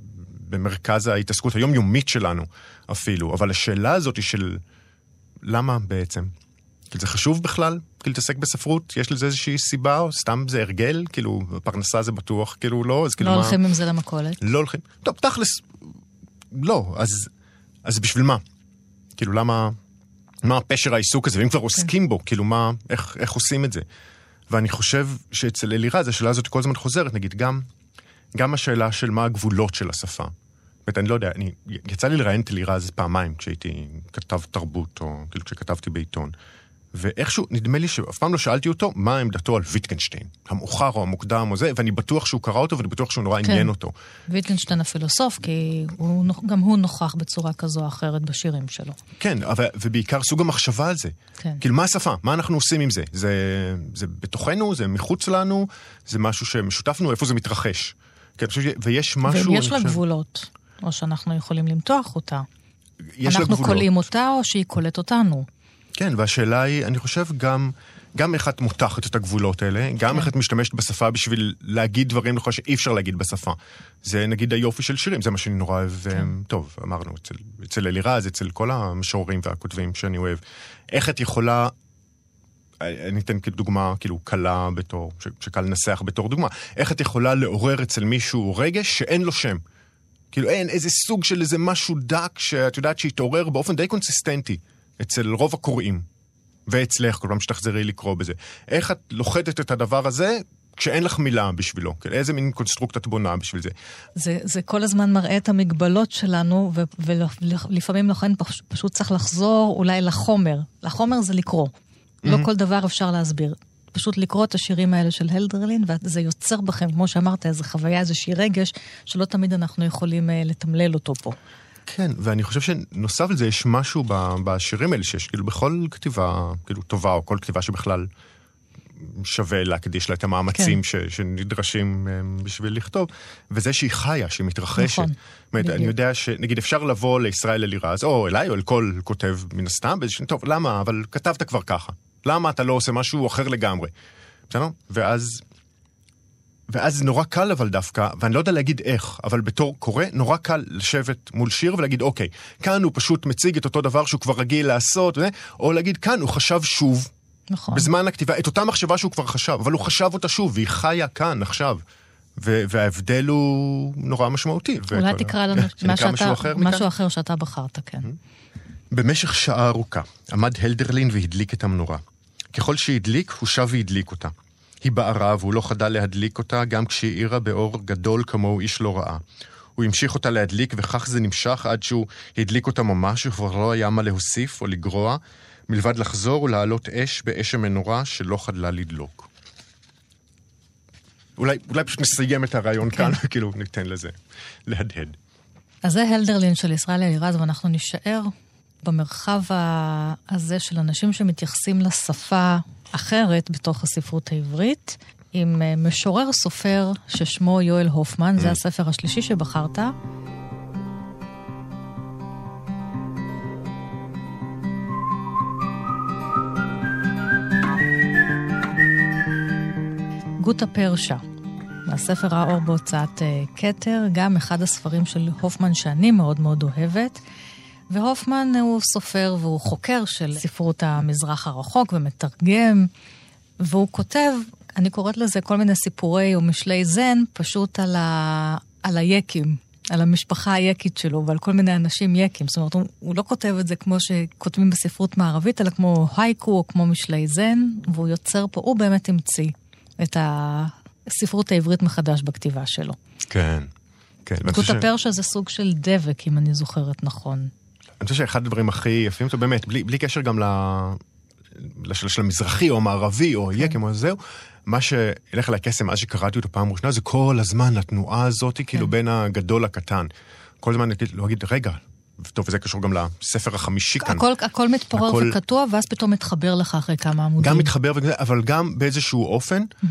במרכז ההתעסקות היומיומית שלנו אפילו, אבל השאלה הזאת היא של למה בעצם? כאילו זה חשוב בכלל? כאילו להתעסק בספרות? יש לזה איזושהי סיבה? או סתם זה הרגל? כאילו פרנסה זה בטוח? כאילו לא? אז כאילו לא מה... הולכים עם זה למכולת? לא הולכים. טוב, תכלס, לא. אז, אז בשביל מה? כאילו למה, מה הפשר העיסוק הזה? ואם כבר עוסקים בו, כאילו מה, איך, איך עושים את זה? ואני חושב שאצל אלירז, השאלה הזאת כל הזמן חוזרת, נגיד גם גם השאלה של מה הגבולות של השפה. זאת אני לא יודע, אני, יצא לי לראיין את אלירז פעמיים כשהייתי כתב תרבות, או כאילו כשכתבתי בעיתון. ואיכשהו, נדמה לי שאף פעם לא שאלתי אותו מה עמדתו על ויטקנשטיין. המאוחר או המוקדם או זה, ואני בטוח שהוא קרא אותו, ואני בטוח שהוא נורא עניין אותו. ויטקנשטיין הפילוסוף, כי הוא, גם הוא נוכח בצורה כזו או אחרת בשירים שלו. כן, אבל, ובעיקר סוג המחשבה על זה. כן. כאילו, מה השפה? מה אנחנו עושים עם זה? זה, זה בתוכנו, זה מחוץ לנו, זה משהו שמשותפנו, איפה זה מתרחש? כן, ויש משהו... ויש לה גבולות, או שאנחנו יכולים למתוח אותה. יש לה אנחנו גבולות. קולעים אותה, או שהיא קולט אותנו. כן, והשאלה היא, אני חושב, גם, גם איך את מותחת את הגבולות האלה, גם כן. איך את משתמשת בשפה בשביל להגיד דברים נכון שאי אפשר להגיד בשפה. זה נגיד היופי של שירים, זה מה שאני נורא אוהב, כן. טוב, אמרנו, אצל, אצל אלירז, אצל כל המשוררים והכותבים שאני אוהב. איך את יכולה... אני אתן כדוגמה, כאילו, קלה בתור, ש, שקל לנסח בתור דוגמה. איך את יכולה לעורר אצל מישהו רגש שאין לו שם? כאילו, אין איזה סוג של איזה משהו דק שאת יודעת שהתעורר באופן די קונסיסטנטי אצל רוב הקוראים, ואצלך, כל פעם שתחזרי לקרוא בזה. איך את לוחדת את הדבר הזה כשאין לך מילה בשבילו? כאילו, איזה מין קונסטרוקט את בונה בשביל זה? זה, זה כל הזמן מראה את המגבלות שלנו, ו, ולפעמים לכן פשוט צריך לחזור אולי לחומר. לחומר זה לקרוא. לא כל דבר אפשר להסביר. פשוט לקרוא את השירים האלה של הלדרלין, וזה יוצר בכם, כמו שאמרת, איזו חוויה, איזושהי רגש, שלא תמיד אנחנו יכולים לתמלל אותו פה. כן, ואני חושב שנוסף על זה יש משהו בשירים האלה, שיש כאילו בכל כתיבה כאילו טובה, או כל כתיבה שבכלל שווה להקדיש לה את המאמצים ש, שנדרשים בשביל לכתוב, וזה שהיא חיה, שהיא מתרחשת. נכון. אומרת, אני יודע שנגיד אפשר לבוא לישראל אלירז, או אליי, או אל כל כותב מן הסתם, באיזשהו, טוב, למה? אבל כתבת כבר ככה. למה אתה לא עושה משהו אחר לגמרי? בסדר? ואז, ואז נורא קל אבל דווקא, ואני לא יודע להגיד איך, אבל בתור קורא, נורא קל לשבת מול שיר ולהגיד, אוקיי, כאן הוא פשוט מציג את אותו דבר שהוא כבר רגיל לעשות, או להגיד, כאן הוא חשב שוב, נכון. בזמן הכתיבה, את אותה מחשבה שהוא כבר חשב, אבל הוא חשב אותה שוב, והיא חיה כאן, עכשיו. ו- וההבדל הוא נורא משמעותי. אולי ו- תקרא לנו משהו, משהו, אחר, משהו אחר שאתה בחרת, כן. במשך שעה ארוכה עמד הלדרלין והדליק את המנורה. ככל שהדליק, הוא שב והדליק אותה. היא בערה, והוא לא חדל להדליק אותה, גם כשהיא עירה באור גדול כמוהו איש לא ראה. הוא המשיך אותה להדליק, וכך זה נמשך עד שהוא הדליק אותה ממש, וכבר לא היה מה להוסיף או לגרוע, מלבד לחזור ולהעלות אש באש המנורה שלא חדלה לדלוק. אולי, אולי פשוט נסיים את הרעיון כן. כאן, וכאילו ניתן לזה להדהד. אז זה הלדרלין של ישראל אלירז, ואנחנו נשאר במרחב הזה של אנשים שמתייחסים לשפה אחרת בתוך הספרות העברית, עם משורר סופר ששמו יואל הופמן, זה הספר השלישי שבחרת. גוטה פרשה, הספר האור בהוצאת כתר, גם אחד הספרים של הופמן שאני מאוד מאוד אוהבת, והופמן הוא סופר והוא חוקר של ספרות המזרח הרחוק ומתרגם, והוא כותב, אני קוראת לזה כל מיני סיפורי או משלי זן, פשוט על, ה... על היקים, על המשפחה היקית שלו ועל כל מיני אנשים יקים. זאת אומרת, הוא, הוא לא כותב את זה כמו שכותבים בספרות מערבית, אלא כמו הייקו או כמו משלי זן, והוא יוצר פה, הוא באמת המציא את הספרות העברית מחדש בכתיבה שלו. כן, כן. גוטה פרשה זה סוג של דבק, אם אני זוכרת נכון. אני חושב שאחד הדברים הכי יפים, זה באמת, בלי, בלי קשר גם ל... לשל, של המזרחי או המערבי או יקים או זהו, מה שהלך עליי קסם אז שקראתי אותו פעם ראשונה, זה כל הזמן התנועה הזאת, כאילו בין הגדול לקטן. כל הזמן לא אגיד, רגע, טוב, וזה קשור גם לספר החמישי כאן. הכל, הכל מתפורר הכל... וקטוע, ואז פתאום מתחבר לך אחרי כמה עמודים. גם מתחבר, אבל גם באיזשהו אופן, mm-hmm.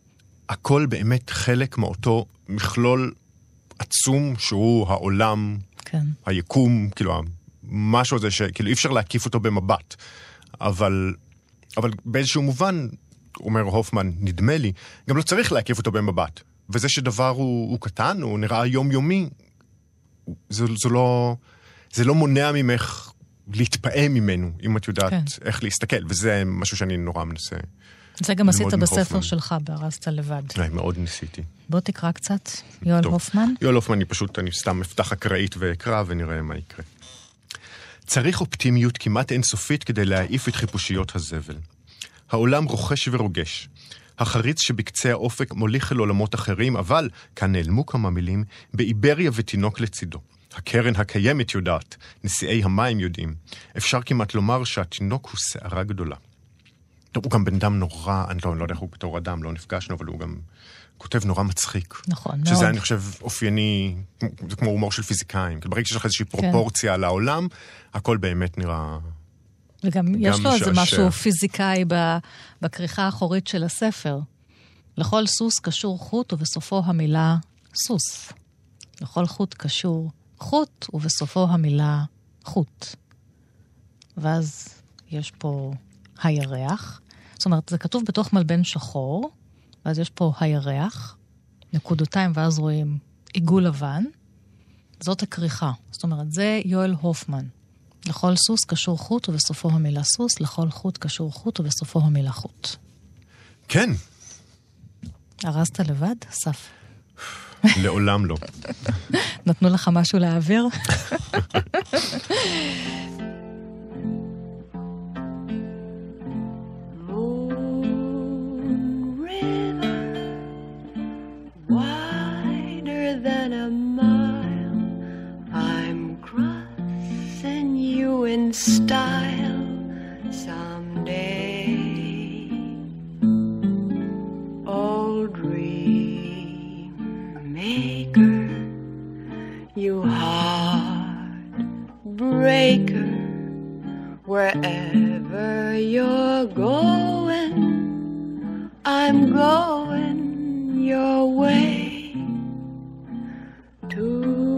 הכל באמת חלק מאותו מכלול עצום, שהוא העולם, כן. היקום, כאילו, משהו הזה שכאילו אי אפשר להקיף אותו במבט. אבל, אבל באיזשהו מובן, אומר הופמן, נדמה לי, גם לא צריך להקיף אותו במבט. וזה שדבר הוא, הוא קטן, הוא נראה יומיומי, זה, זה לא, זה לא מונע ממך להתפעם ממנו, אם את יודעת כן. איך להסתכל, וזה משהו שאני נורא מנסה. זה גם עשית בספר הופמן. שלך, בארזת לבד. לא, מאוד ניסיתי. בוא תקרא קצת, יואל טוב. הופמן. יואל הופמן, אני פשוט, אני סתם אפתח אקראית ואקרא, ונראה מה יקרה. צריך אופטימיות כמעט אינסופית כדי להעיף את חיפושיות הזבל. העולם רוכש ורוגש. החריץ שבקצה האופק מוליך אל עולמות אחרים, אבל, כאן נעלמו כמה מילים, באיבריה ותינוק לצידו. הקרן הקיימת יודעת, נשיאי המים יודעים. אפשר כמעט לומר שהתינוק הוא שערה גדולה. טוב, הוא גם בן דם נורא, אני לא, אני לא יודע איך הוא בתור אדם, לא נפגשנו, אבל הוא גם כותב נורא מצחיק. נכון, מאוד. שזה אני חושב אופייני, זה כמו הומור של פיזיקאים. ברגע שיש לך איזושהי פרופורציה כן. לעולם, הכל באמת נראה... וגם יש לו איזה משהו פיזיקאי בכריכה האחורית של הספר. לכל סוס קשור חוט ובסופו המילה סוס. לכל חוט קשור חוט ובסופו המילה חוט. ואז יש פה הירח. זאת אומרת, זה כתוב בתוך מלבן שחור, ואז יש פה הירח, נקודותיים, ואז רואים עיגול לבן. זאת הכריכה. זאת אומרת, זה יואל הופמן. לכל סוס קשור חוט ובסופו המילה סוס, לכל חוט קשור חוט ובסופו המילה חוט. כן. ארזת לבד, סף. לעולם לא. נתנו לך משהו להעביר? Style someday, old dream maker, you heartbreaker, wherever you're going, I'm going your way. Two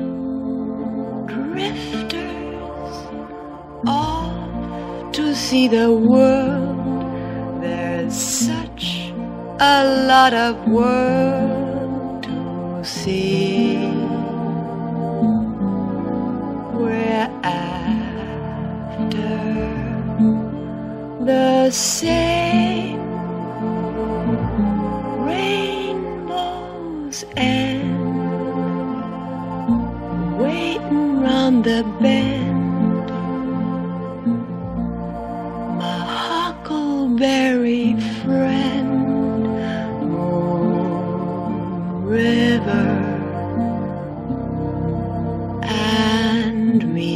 drifters off to see the world. There's such a lot of world to see. We're after the same rainbows and waiting round the bend. My huckleberry friend, Moon River and me.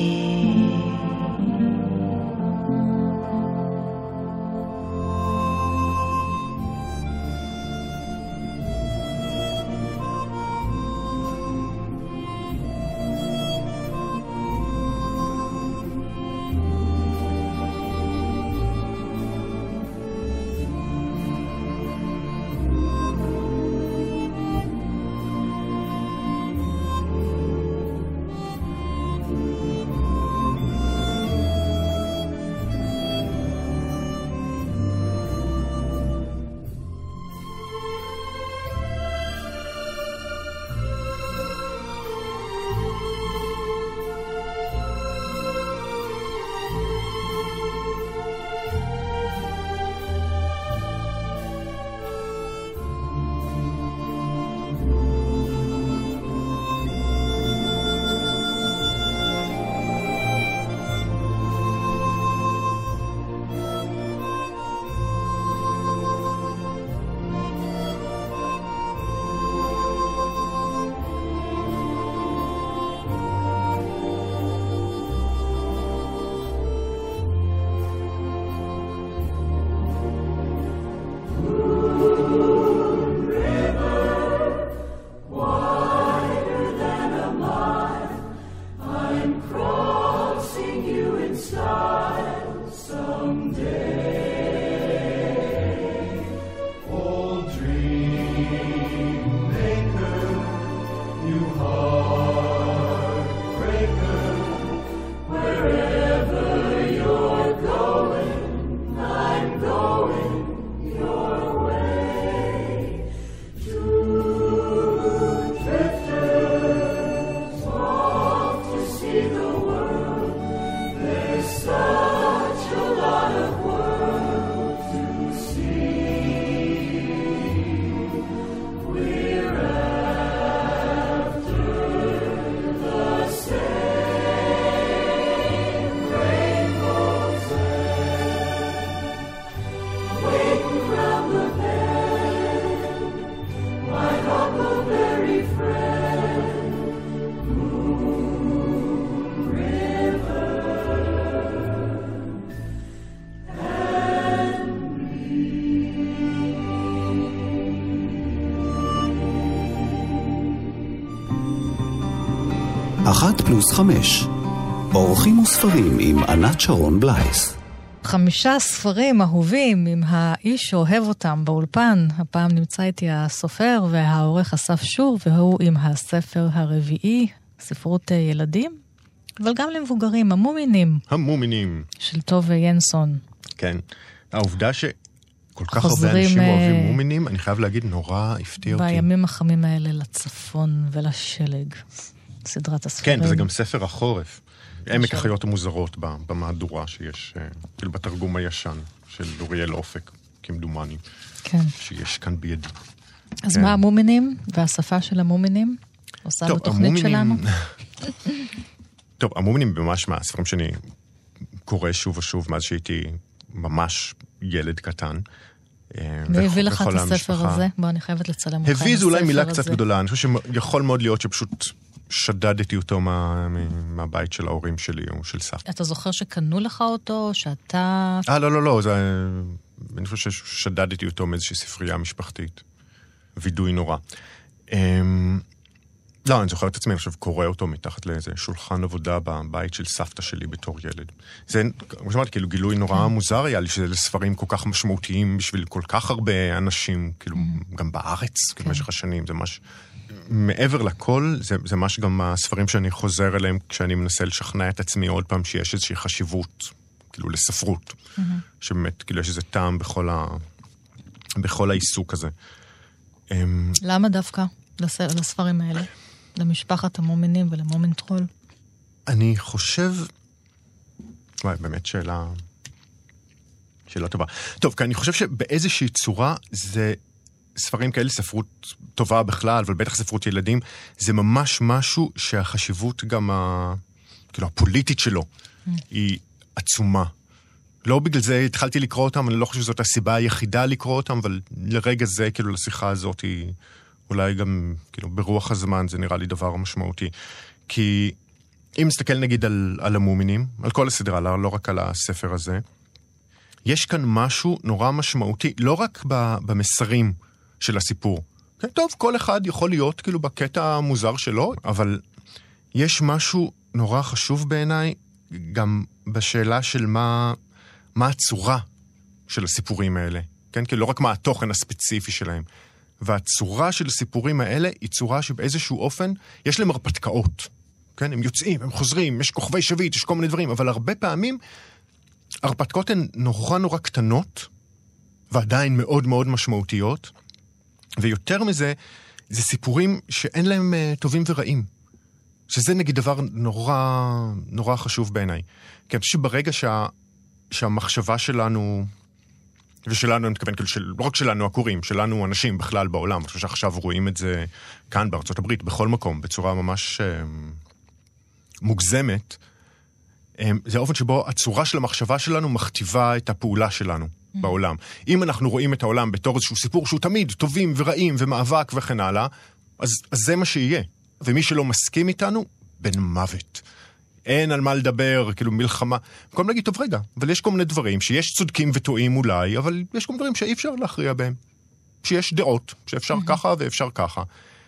אחת פלוס חמש. אורחים וספרים עם ענת שרון בלייס. חמישה ספרים אהובים עם האיש שאוהב אותם באולפן. הפעם נמצא איתי הסופר והעורך אסף שור, והוא עם הספר הרביעי, ספרות ילדים, אבל גם למבוגרים, המומינים. המומינים. של טובה ינסון. כן. העובדה שכל כך הרבה אנשים אוהבים מומינים, אני חייב להגיד, נורא הפתיע אותי. בימים החמים האלה לצפון ולשלג. סדרת הספרים. כן, וזה גם ספר החורף. עמק החיות המוזרות במהדורה שיש, כאילו בתרגום הישן של אוריאל אופק, כמדומני. כן. שיש כאן בידי. אז מה המומינים והשפה של המומינים? עושה בתוכנית שלנו? טוב, המומינים ממש מהספרים שאני קורא שוב ושוב, מאז שהייתי ממש ילד קטן. מי הביא לך את הספר הזה? בוא, אני חייבת לצלם אותך. הביא, זו אולי מילה קצת גדולה. אני חושב שיכול מאוד להיות שפשוט שדדתי אותו מהבית של ההורים שלי או של סבתא. אתה זוכר שקנו לך אותו, שאתה... אה, לא, לא, לא. אני חושב ששדדתי אותו מאיזושהי ספרייה משפחתית. וידוי נורא. לא, אני זוכר את עצמי, אני חושב, קורא אותו מתחת לאיזה שולחן עבודה בבית של סבתא שלי בתור ילד. זה, כמו שאמרתי, כאילו גילוי נורא מוזר היה לי, שזה ספרים כל כך משמעותיים בשביל כל כך הרבה אנשים, כאילו, גם בארץ, כאילו, במשך השנים, זה ממש... מעבר לכל, זה, זה ממש גם הספרים שאני חוזר אליהם, כשאני מנסה לשכנע את עצמי עוד פעם, שיש איזושהי חשיבות, כאילו, לספרות. שבאמת, כאילו, יש איזה טעם בכל ה... בכל העיסוק הזה. למה דווקא לספרים האלה? למשפחת המומינים ולמומין טרול? אני חושב... וואי, באמת שאלה... שאלה טובה. טוב, כי אני חושב שבאיזושהי צורה זה ספרים כאלה, ספרות טובה בכלל, אבל בטח ספרות ילדים, זה ממש משהו שהחשיבות גם ה... כאילו, הפוליטית שלו היא עצומה. לא בגלל זה התחלתי לקרוא אותם, אני לא חושב שזאת הסיבה היחידה לקרוא אותם, אבל לרגע זה, כאילו, לשיחה הזאת היא... אולי גם, כאילו, ברוח הזמן זה נראה לי דבר משמעותי. כי אם נסתכל נגיד על, על המומינים, על כל הסדרה, לא, לא רק על הספר הזה, יש כאן משהו נורא משמעותי, לא רק במסרים של הסיפור. כן, טוב, כל אחד יכול להיות כאילו בקטע המוזר שלו, אבל יש משהו נורא חשוב בעיניי, גם בשאלה של מה, מה הצורה של הסיפורים האלה. כן, כי לא רק מה התוכן הספציפי שלהם. והצורה של הסיפורים האלה היא צורה שבאיזשהו אופן יש להם הרפתקאות. כן, הם יוצאים, הם חוזרים, יש כוכבי שביט, יש כל מיני דברים, אבל הרבה פעמים הרפתקאות הן נורא נורא קטנות, ועדיין מאוד מאוד משמעותיות, ויותר מזה, זה סיפורים שאין להם uh, טובים ורעים. שזה נגיד דבר נורא, נורא חשוב בעיניי. כי אני חושב שברגע שה, שהמחשבה שלנו... ושלנו, אני מתכוון, של, לא רק שלנו הקוראים, שלנו אנשים בכלל בעולם, אני חושב שעכשיו רואים את זה כאן בארצות הברית, בכל מקום, בצורה ממש אה, מוגזמת, אה, זה האופן שבו הצורה של המחשבה שלנו מכתיבה את הפעולה שלנו mm. בעולם. אם אנחנו רואים את העולם בתור איזשהו סיפור שהוא תמיד טובים ורעים ומאבק וכן הלאה, אז, אז זה מה שיהיה. ומי שלא מסכים איתנו, בן מוות. אין על מה לדבר, כאילו מלחמה. במקום להגיד, טוב רגע, אבל יש כל מיני דברים שיש צודקים וטועים אולי, אבל יש כל מיני דברים שאי אפשר להכריע בהם. שיש דעות, שאפשר mm-hmm. ככה ואפשר ככה.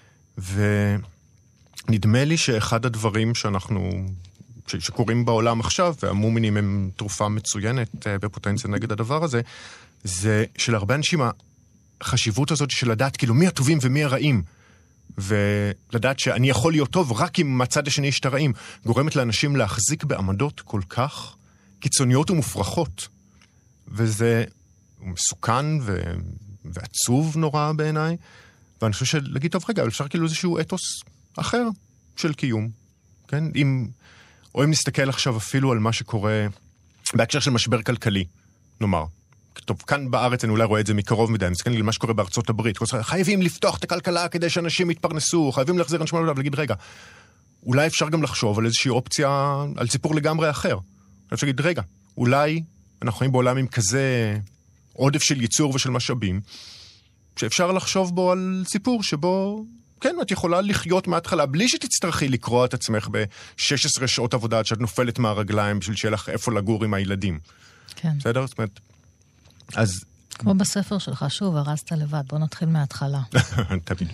ונדמה לי שאחד הדברים שאנחנו, ש... שקורים בעולם עכשיו, והמומינים הם תרופה מצוינת בפוטנציה נגד הדבר הזה, זה שלהרבה אנשים החשיבות הזאת של לדעת כאילו מי הטובים ומי הרעים, ולדעת שאני יכול להיות טוב רק אם מהצד השני יש את הרעים, גורמת לאנשים להחזיק בעמדות כל כך קיצוניות ומופרכות. וזה מסוכן ו... ועצוב נורא בעיניי, ואני חושב שלהגיד, טוב רגע, אפשר כאילו איזשהו אתוס אחר של קיום. כן? אם... או אם נסתכל עכשיו אפילו על מה שקורה בהקשר של משבר כלכלי, נאמר. טוב, כאן בארץ אני אולי רואה את זה מקרוב מדי, אני מסתכל על מה שקורה בארצות הברית, חייבים לפתוח את הכלכלה כדי שאנשים יתפרנסו, חייבים להחזיר אנשים לעבודה, ולהגיד, רגע, אולי אפשר גם לחשוב על איזושהי אופציה, על סיפור לגמרי אחר. אני חושב להגיד, רגע, אולי אנחנו חיים בעולם עם כזה עודף של ייצור ושל משאבים, שאפשר לחשוב בו על סיפור שבו, כן, את יכולה לחיות מההתחלה, בלי שתצטרכי לקרוא את עצמך ב-שש עשרה שעות עבודה, עד שאת נופלת מהרגליים, בשביל שיהיה לך איפה לגור עם הילדים. כן. בסדר? זאת אומרת, אז... כמו בספר שלך, שוב, הרסת לבד, בוא נתחיל מההתחלה. תמיד.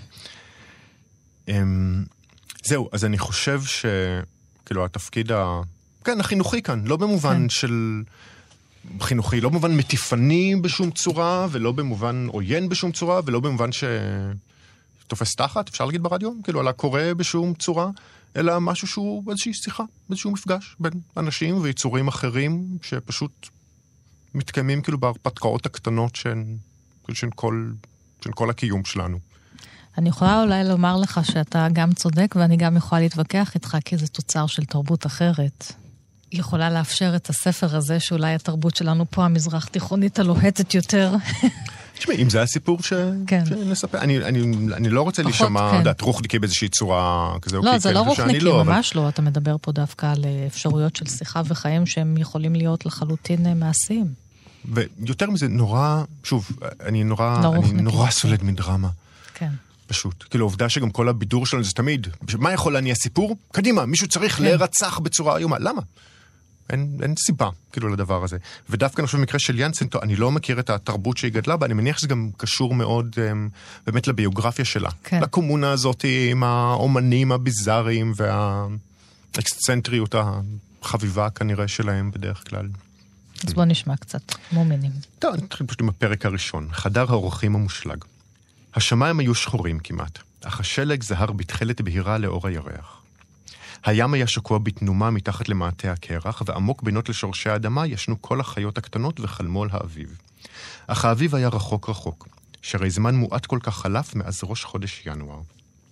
זהו, אז אני חושב שכאילו התפקיד ה... כן, החינוכי כאן, לא במובן של... חינוכי, לא במובן מטיפני בשום צורה, ולא במובן עוין בשום צורה, ולא במובן שתופס תחת, אפשר להגיד ברדיו, כאילו, על הקורא בשום צורה, אלא משהו שהוא איזושהי שיחה, איזשהו מפגש בין אנשים ויצורים אחרים שפשוט... מתקיימים כאילו בהרפתקאות הקטנות שהן, של כל, של כל הקיום שלנו. אני יכולה אולי לומר לך שאתה גם צודק, ואני גם יכולה להתווכח איתך, כי זה תוצר של תרבות אחרת. היא יכולה לאפשר את הספר הזה, שאולי התרבות שלנו פה, המזרח תיכונית הלוהטת יותר. תשמעי, אם זה הסיפור ש... כן. שנספר, אני, אני, אני לא רוצה להישמע, כן. דעת, רוחניקי באיזושהי צורה כזה. לא, אוקיי, זה לא רוחניקי, לא, ממש אבל... לא. אתה מדבר פה דווקא על אפשרויות של שיחה וחיים, שהם יכולים להיות לחלוטין מעשיים. ויותר מזה, נורא, שוב, אני נורא, לא אני נורא סולד מדרמה. כן. פשוט. כאילו, העובדה שגם כל הבידור שלנו זה תמיד, מה יכול להניע סיפור? קדימה, מישהו צריך כן. להירצח בצורה איומה. למה? אין, אין סיבה, כאילו, לדבר הזה. ודווקא אני חושב במקרה של ינסן, אני לא מכיר את התרבות שהיא גדלה בה, אני מניח שזה גם קשור מאוד באמת לביוגרפיה שלה. כן. לקומונה הזאת עם האומנים הביזאריים והאקסצנטריות החביבה כנראה שלהם בדרך כלל. אז בוא נשמע קצת, מומינים. טוב, נתחיל פשוט עם הפרק הראשון, חדר האורחים המושלג. השמיים היו שחורים כמעט, אך השלג זהר בתכלת בהירה לאור הירח. הים היה שקוע בתנומה מתחת למעטה הקרח, ועמוק בינות לשורשי האדמה ישנו כל החיות הקטנות וחלמו על האביב. אך האביב היה רחוק רחוק, שהרי זמן מועט כל כך חלף מאז ראש חודש ינואר.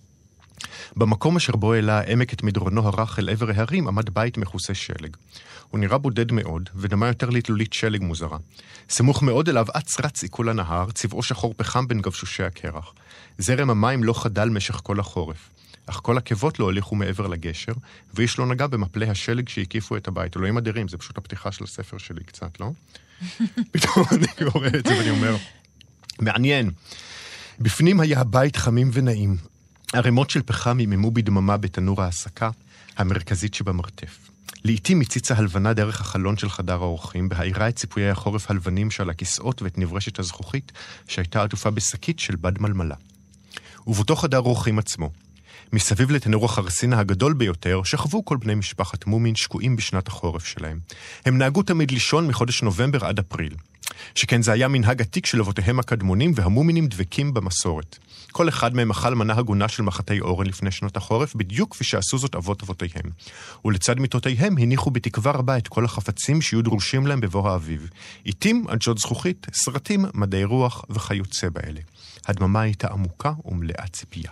במקום אשר בו העלה העמק את מדרונו הרך אל עבר ההרים, עמד בית מכוסה שלג. הוא נראה בודד מאוד, ודמה יותר לתלולית שלג מוזרה. סמוך מאוד אליו אץ רץ עיכול הנהר, צבעו שחור פחם בין גבשושי הקרח. זרם המים לא חדל משך כל החורף. אך כל עקבות לא הוליכו מעבר לגשר, ואיש לא נגע במפלי השלג שהקיפו את הבית. אלוהים אדירים, זה פשוט הפתיחה של הספר שלי קצת, לא? פתאום אני קורא את זה ואני אומר, מעניין. בפנים היה הבית חמים ונעים. ערימות של פחם יממו בדממה בתנור ההסקה, המרכזית שבמרתף. לעתים הציצה הלבנה דרך החלון של חדר האורחים, בהאירה את ציפויי החורף הלבנים שעל הכיסאות ואת נברשת הזכוכית, שהייתה עטופה בשקית של בד מלמלה. ובתוך חדר האורחים עצמו, מסביב לתנור החרסינה הגדול ביותר, שכבו כל בני משפחת מומין שקועים בשנת החורף שלהם. הם נהגו תמיד לישון מחודש נובמבר עד אפריל. שכן זה היה מנהג עתיק של אבותיהם הקדמונים, והמומינים דבקים במסורת. כל אחד מהם אכל מנה הגונה של מחתי אורן לפני שנות החורף, בדיוק כפי שעשו זאת אבות אבותיהם. ולצד מיטותיהם הניחו בתקווה רבה את כל החפצים שיהיו דרושים להם בבוא האביב. עיתים, עדשות זכוכית, סרטים, מדעי רוח וכיוצא באלה. הדממה הייתה עמוקה ומלאה ציפייה.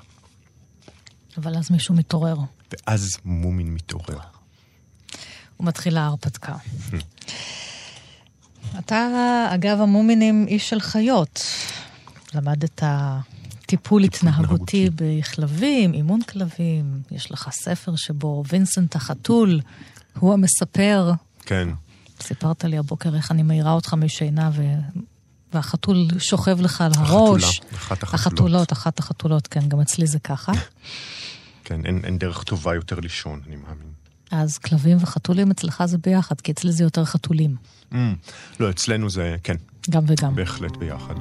אבל אז מישהו מתעורר. ואז מומין מתעורר. הוא מתחיל ההרפתקה. אתה, אגב, המומינים איש של חיות. למדת טיפול התנהגותי בכלבים, אימון כלבים. יש לך ספר שבו וינסנט החתול, הוא המספר. כן. סיפרת לי הבוקר איך אני מהירה אותך משינה, ו... והחתול שוכב לך על הראש. החתולה, אחת החתולות. החתולות, אחת החתולות, כן, גם אצלי זה ככה. כן, אין, אין דרך טובה יותר לישון, אני מאמין. אז כלבים וחתולים אצלך זה ביחד, כי אצלי זה יותר חתולים. Mm, לא, אצלנו זה, כן. גם וגם. בהחלט ביחד.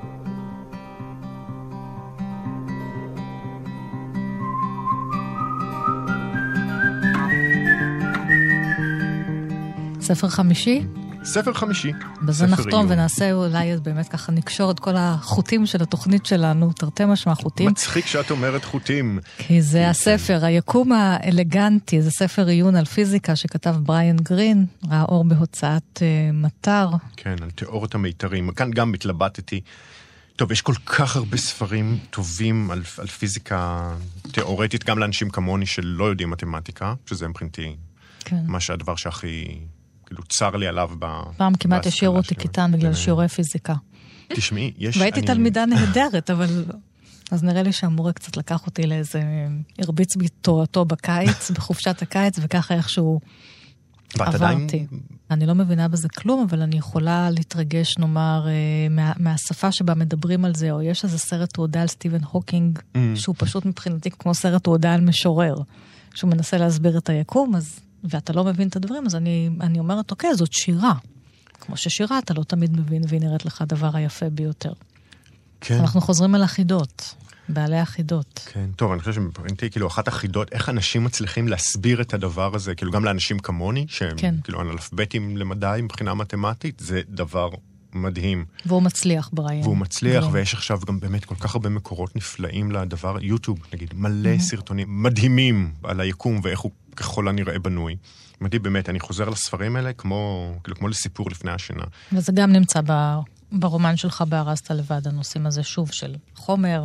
ספר חמישי? ספר חמישי. בזה נחתום ונעשה אולי באמת ככה נקשור את כל החוטים של התוכנית שלנו, תרתי משמע חוטים. מצחיק שאת אומרת חוטים. כי זה הספר, היקום האלגנטי, זה ספר עיון על פיזיקה שכתב בריאן גרין, ראה אור בהוצאת uh, מטר. כן, על תיאוריות המיתרים. כאן גם מתלבטתי. טוב, יש כל כך הרבה ספרים טובים על, על פיזיקה תיאורטית, גם לאנשים כמוני שלא יודעים מתמטיקה, שזה מבחינתי כן. מה שהדבר שהכי... כאילו צר לי עליו ב... פעם כמעט השאירו אותי כיתן בגלל שיעורי פיזיקה. תשמעי, יש... והייתי תלמידה נהדרת, אבל... אז נראה לי שהמורה קצת לקח אותי לאיזה... הרביץ בתורתו בקיץ, בחופשת הקיץ, וככה איכשהו עברתי. אני לא מבינה בזה כלום, אבל אני יכולה להתרגש, נאמר, מהשפה שבה מדברים על זה, או יש איזה סרט תעודה על סטיבן הוקינג, שהוא פשוט מבחינתי כמו סרט תעודה על משורר, שהוא מנסה להסביר את היקום, אז... ואתה לא מבין את הדברים, אז אני, אני אומרת, אוקיי, זאת שירה. כמו ששירה, אתה לא תמיד מבין, והיא נראית לך הדבר היפה ביותר. כן. אנחנו חוזרים על החידות, בעלי החידות. כן, טוב, אני חושב שמבחינתי, כאילו, אחת החידות, איך אנשים מצליחים להסביר את הדבר הזה, כאילו, גם לאנשים כמוני, שהם, כן. כאילו, אנאלפביתים למדעי, מבחינה מתמטית, זה דבר מדהים. והוא מצליח, בריין. והוא מצליח, ויש עכשיו גם באמת כל כך הרבה מקורות נפלאים לדבר, יוטיוב, נגיד, מלא סרטונים מדהימים על היקום, ואיך הוא ככל הנראה בנוי. מדהים, באמת, אני חוזר לספרים האלה כמו, כאילו, כמו לסיפור לפני השינה. וזה גם נמצא ב, ברומן שלך בארזת לבד, הנושאים הזה שוב של חומר.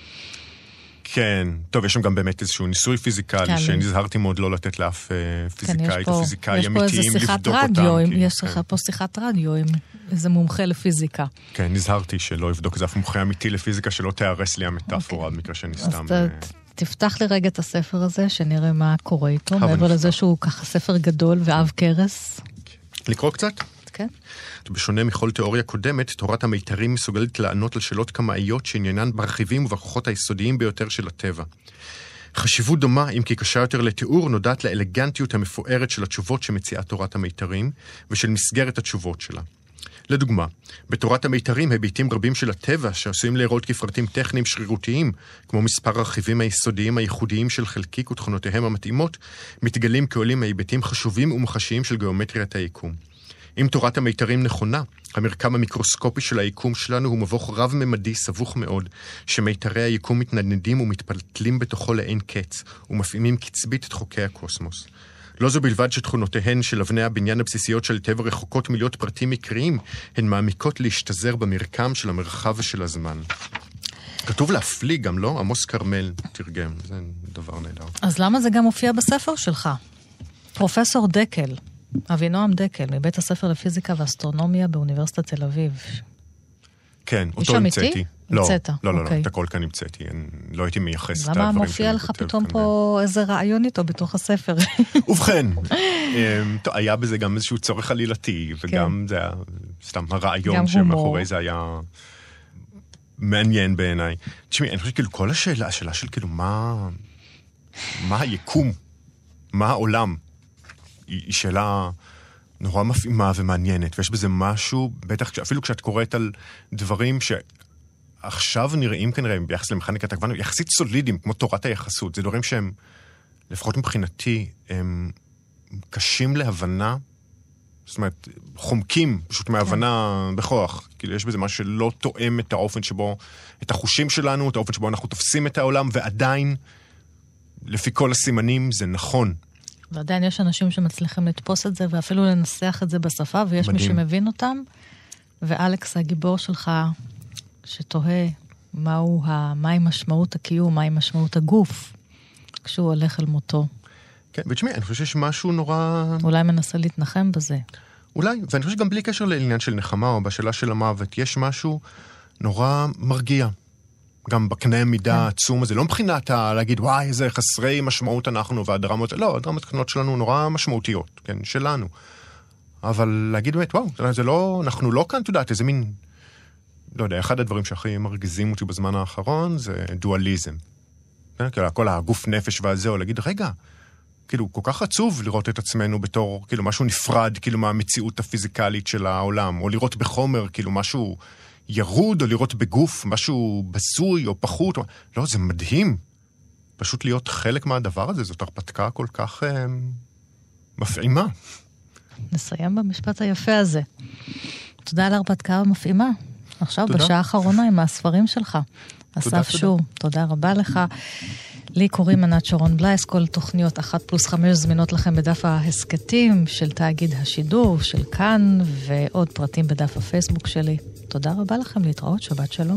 כן, טוב, יש שם גם באמת איזשהו ניסוי פיזיקלי, כן, שנזהרתי מאוד לא לתת לאף פיזיקאית או פיזיקאי אמיתיים לבדוק אותם. יש לך פה שיחת רדיו עם איזה מומחה לפיזיקה. כן, נזהרתי שלא יבדוק איזה אף מומחה אמיתי לפיזיקה, שלא תארס לי המטאפורה, במקרה שאני סתם... תפתח לי רגע את הספר הזה, שנראה מה קורה איתו, מעבר לזה שהוא ככה ספר גדול ואב קרס. לקרוא קצת? כן. בשונה מכל תיאוריה קודמת, תורת המיתרים מסוגלת לענות על שאלות קמאיות שעניינן ברכיבים ובכוחות היסודיים ביותר של הטבע. חשיבות דומה, אם כי קשה יותר לתיאור, נודעת לאלגנטיות המפוארת של התשובות שמציעה תורת המיתרים, ושל מסגרת התשובות שלה. לדוגמה, בתורת המיתרים היבטים רבים של הטבע שעשויים להיראות כפרטים טכניים שרירותיים, כמו מספר הרכיבים היסודיים הייחודיים של חלקיק ותכונותיהם המתאימות, מתגלים כעולים מהיבטים חשובים ומחשיים של גיאומטריית היקום. אם תורת המיתרים נכונה, המרקם המיקרוסקופי של היקום שלנו הוא מבוך רב-ממדי סבוך מאוד, שמיתרי היקום מתנדנדים ומתפלטלים בתוכו לאין קץ, ומפעימים קצבית את חוקי הקוסמוס. לא זו בלבד שתכונותיהן של אבני הבניין הבסיסיות של טבע רחוקות מלהיות פרטים מקריים, הן מעמיקות להשתזר במרקם של המרחב ושל הזמן. כתוב להפליא גם, לא? עמוס קרמל תרגם, זה דבר נהדר. אז למה זה גם מופיע בספר שלך? פרופסור דקל, אבינועם דקל, מבית הספר לפיזיקה ואסטרונומיה באוניברסיטת תל אביב. כן, אותו המצאתי. לא, המצאת, לא, לא, אוקיי. את הכל כאן המצאתי, לא הייתי מייחס את הדברים למה שאני מופיע לך כותב פתאום כאן. פה איזה רעיון איתו בתוך הספר? ובכן, אמ, טוב, היה בזה גם איזשהו צורך עלילתי, וגם זה היה, סתם הרעיון שמאחורי זה היה מעניין בעיניי. תשמעי, אני חושב כאילו כל השאלה, השאלה של כאילו מה, מה היקום, מה העולם, היא, היא שאלה נורא מפעימה ומעניינת, ויש בזה משהו, בטח אפילו כשאת קוראת על דברים שעכשיו נראים כנראה ביחס למכניקת הקוונטים, יחסית סולידיים, כמו תורת היחסות, זה דברים שהם, לפחות מבחינתי, הם קשים להבנה, זאת אומרת, חומקים פשוט מהבנה בכוח, כאילו יש בזה משהו שלא תואם את האופן שבו, את החושים שלנו, את האופן שבו אנחנו תופסים את העולם, ועדיין, לפי כל הסימנים, זה נכון. ועדיין יש אנשים שמצליחים לתפוס את זה, ואפילו לנסח את זה בשפה, ויש מדהים. מי שמבין אותם, ואלכס, הגיבור שלך, שתוהה מהו ה... מהי משמעות הקיום, מהי משמעות הגוף, כשהוא הולך אל מותו. כן, ותשמעי, אני חושב שיש משהו נורא... אולי מנסה להתנחם בזה. אולי, ואני חושב שגם בלי קשר לעניין של נחמה, או בשאלה של המוות, יש משהו נורא מרגיע. גם בקנה המידה העצום הזה, לא מבחינת להגיד, וואי, איזה חסרי משמעות אנחנו, והדרמות, לא, הדרמות הקטנות שלנו נורא משמעותיות, כן, שלנו. אבל להגיד באמת, וואו, זה לא, אנחנו לא כאן, תודעת, איזה מין, לא יודע, אחד הדברים שהכי מרגיזים אותי בזמן האחרון, זה דואליזם. כאילו, כל הגוף נפש והזה, או להגיד, רגע, כאילו, כל כך עצוב לראות את עצמנו בתור, כאילו, משהו נפרד, כאילו, מהמציאות הפיזיקלית של העולם, או לראות בחומר, כאילו, משהו ירוד, או לראות בגוף, משהו בזוי, או פחות. או... לא, זה מדהים. פשוט להיות חלק מהדבר הזה, זאת הרפתקה כל כך אה, מפעימה. נסיים במשפט היפה הזה. תודה על הרפתקה המפעימה. עכשיו, תודה. בשעה האחרונה עם הספרים שלך. אסף שור, תודה רבה לך. לי קוראים ענת שרון בלייס, כל תוכניות אחת פלוס חמש זמינות לכם בדף ההסקטים של תאגיד השידור, של כאן, ועוד פרטים בדף הפייסבוק שלי. תודה רבה לכם, להתראות, שבת שלום.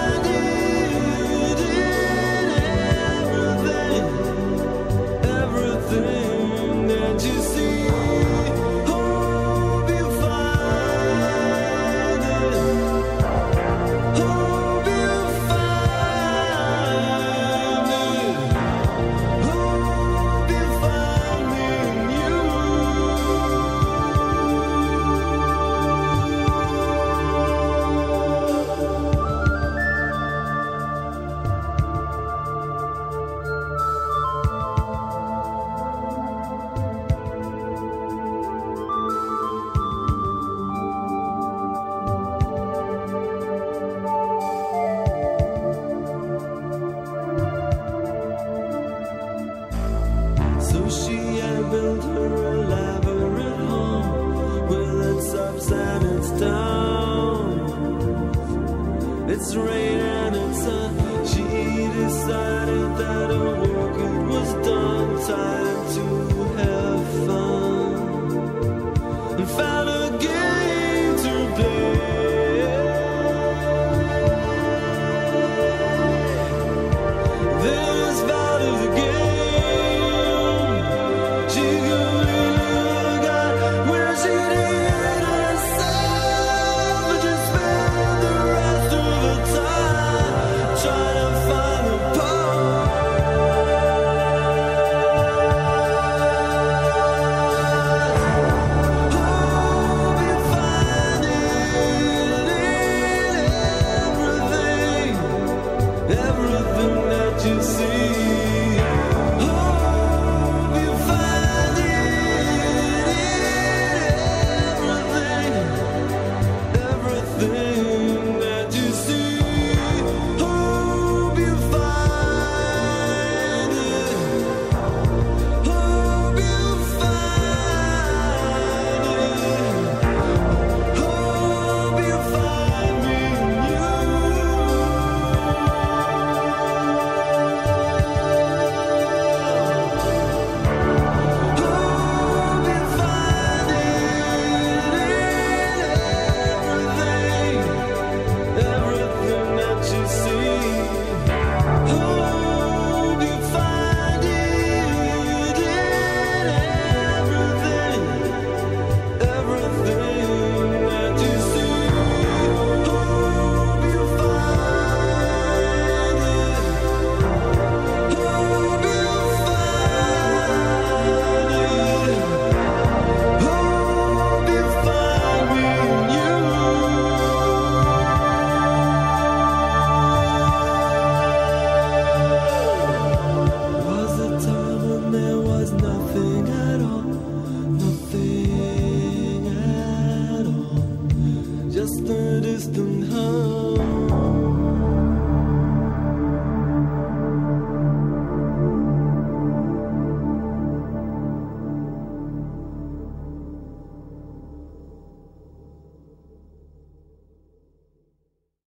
Everything decided that her work it was done, time to have fun, and found a game to play. This bout of the game, she really got where she needed herself, and just spent the rest of her time trying to find the everything that you see. Hope you find it in everything, everything that you see. Hope you find it. Hope you find it. Hope you find me new. Just a distant hum.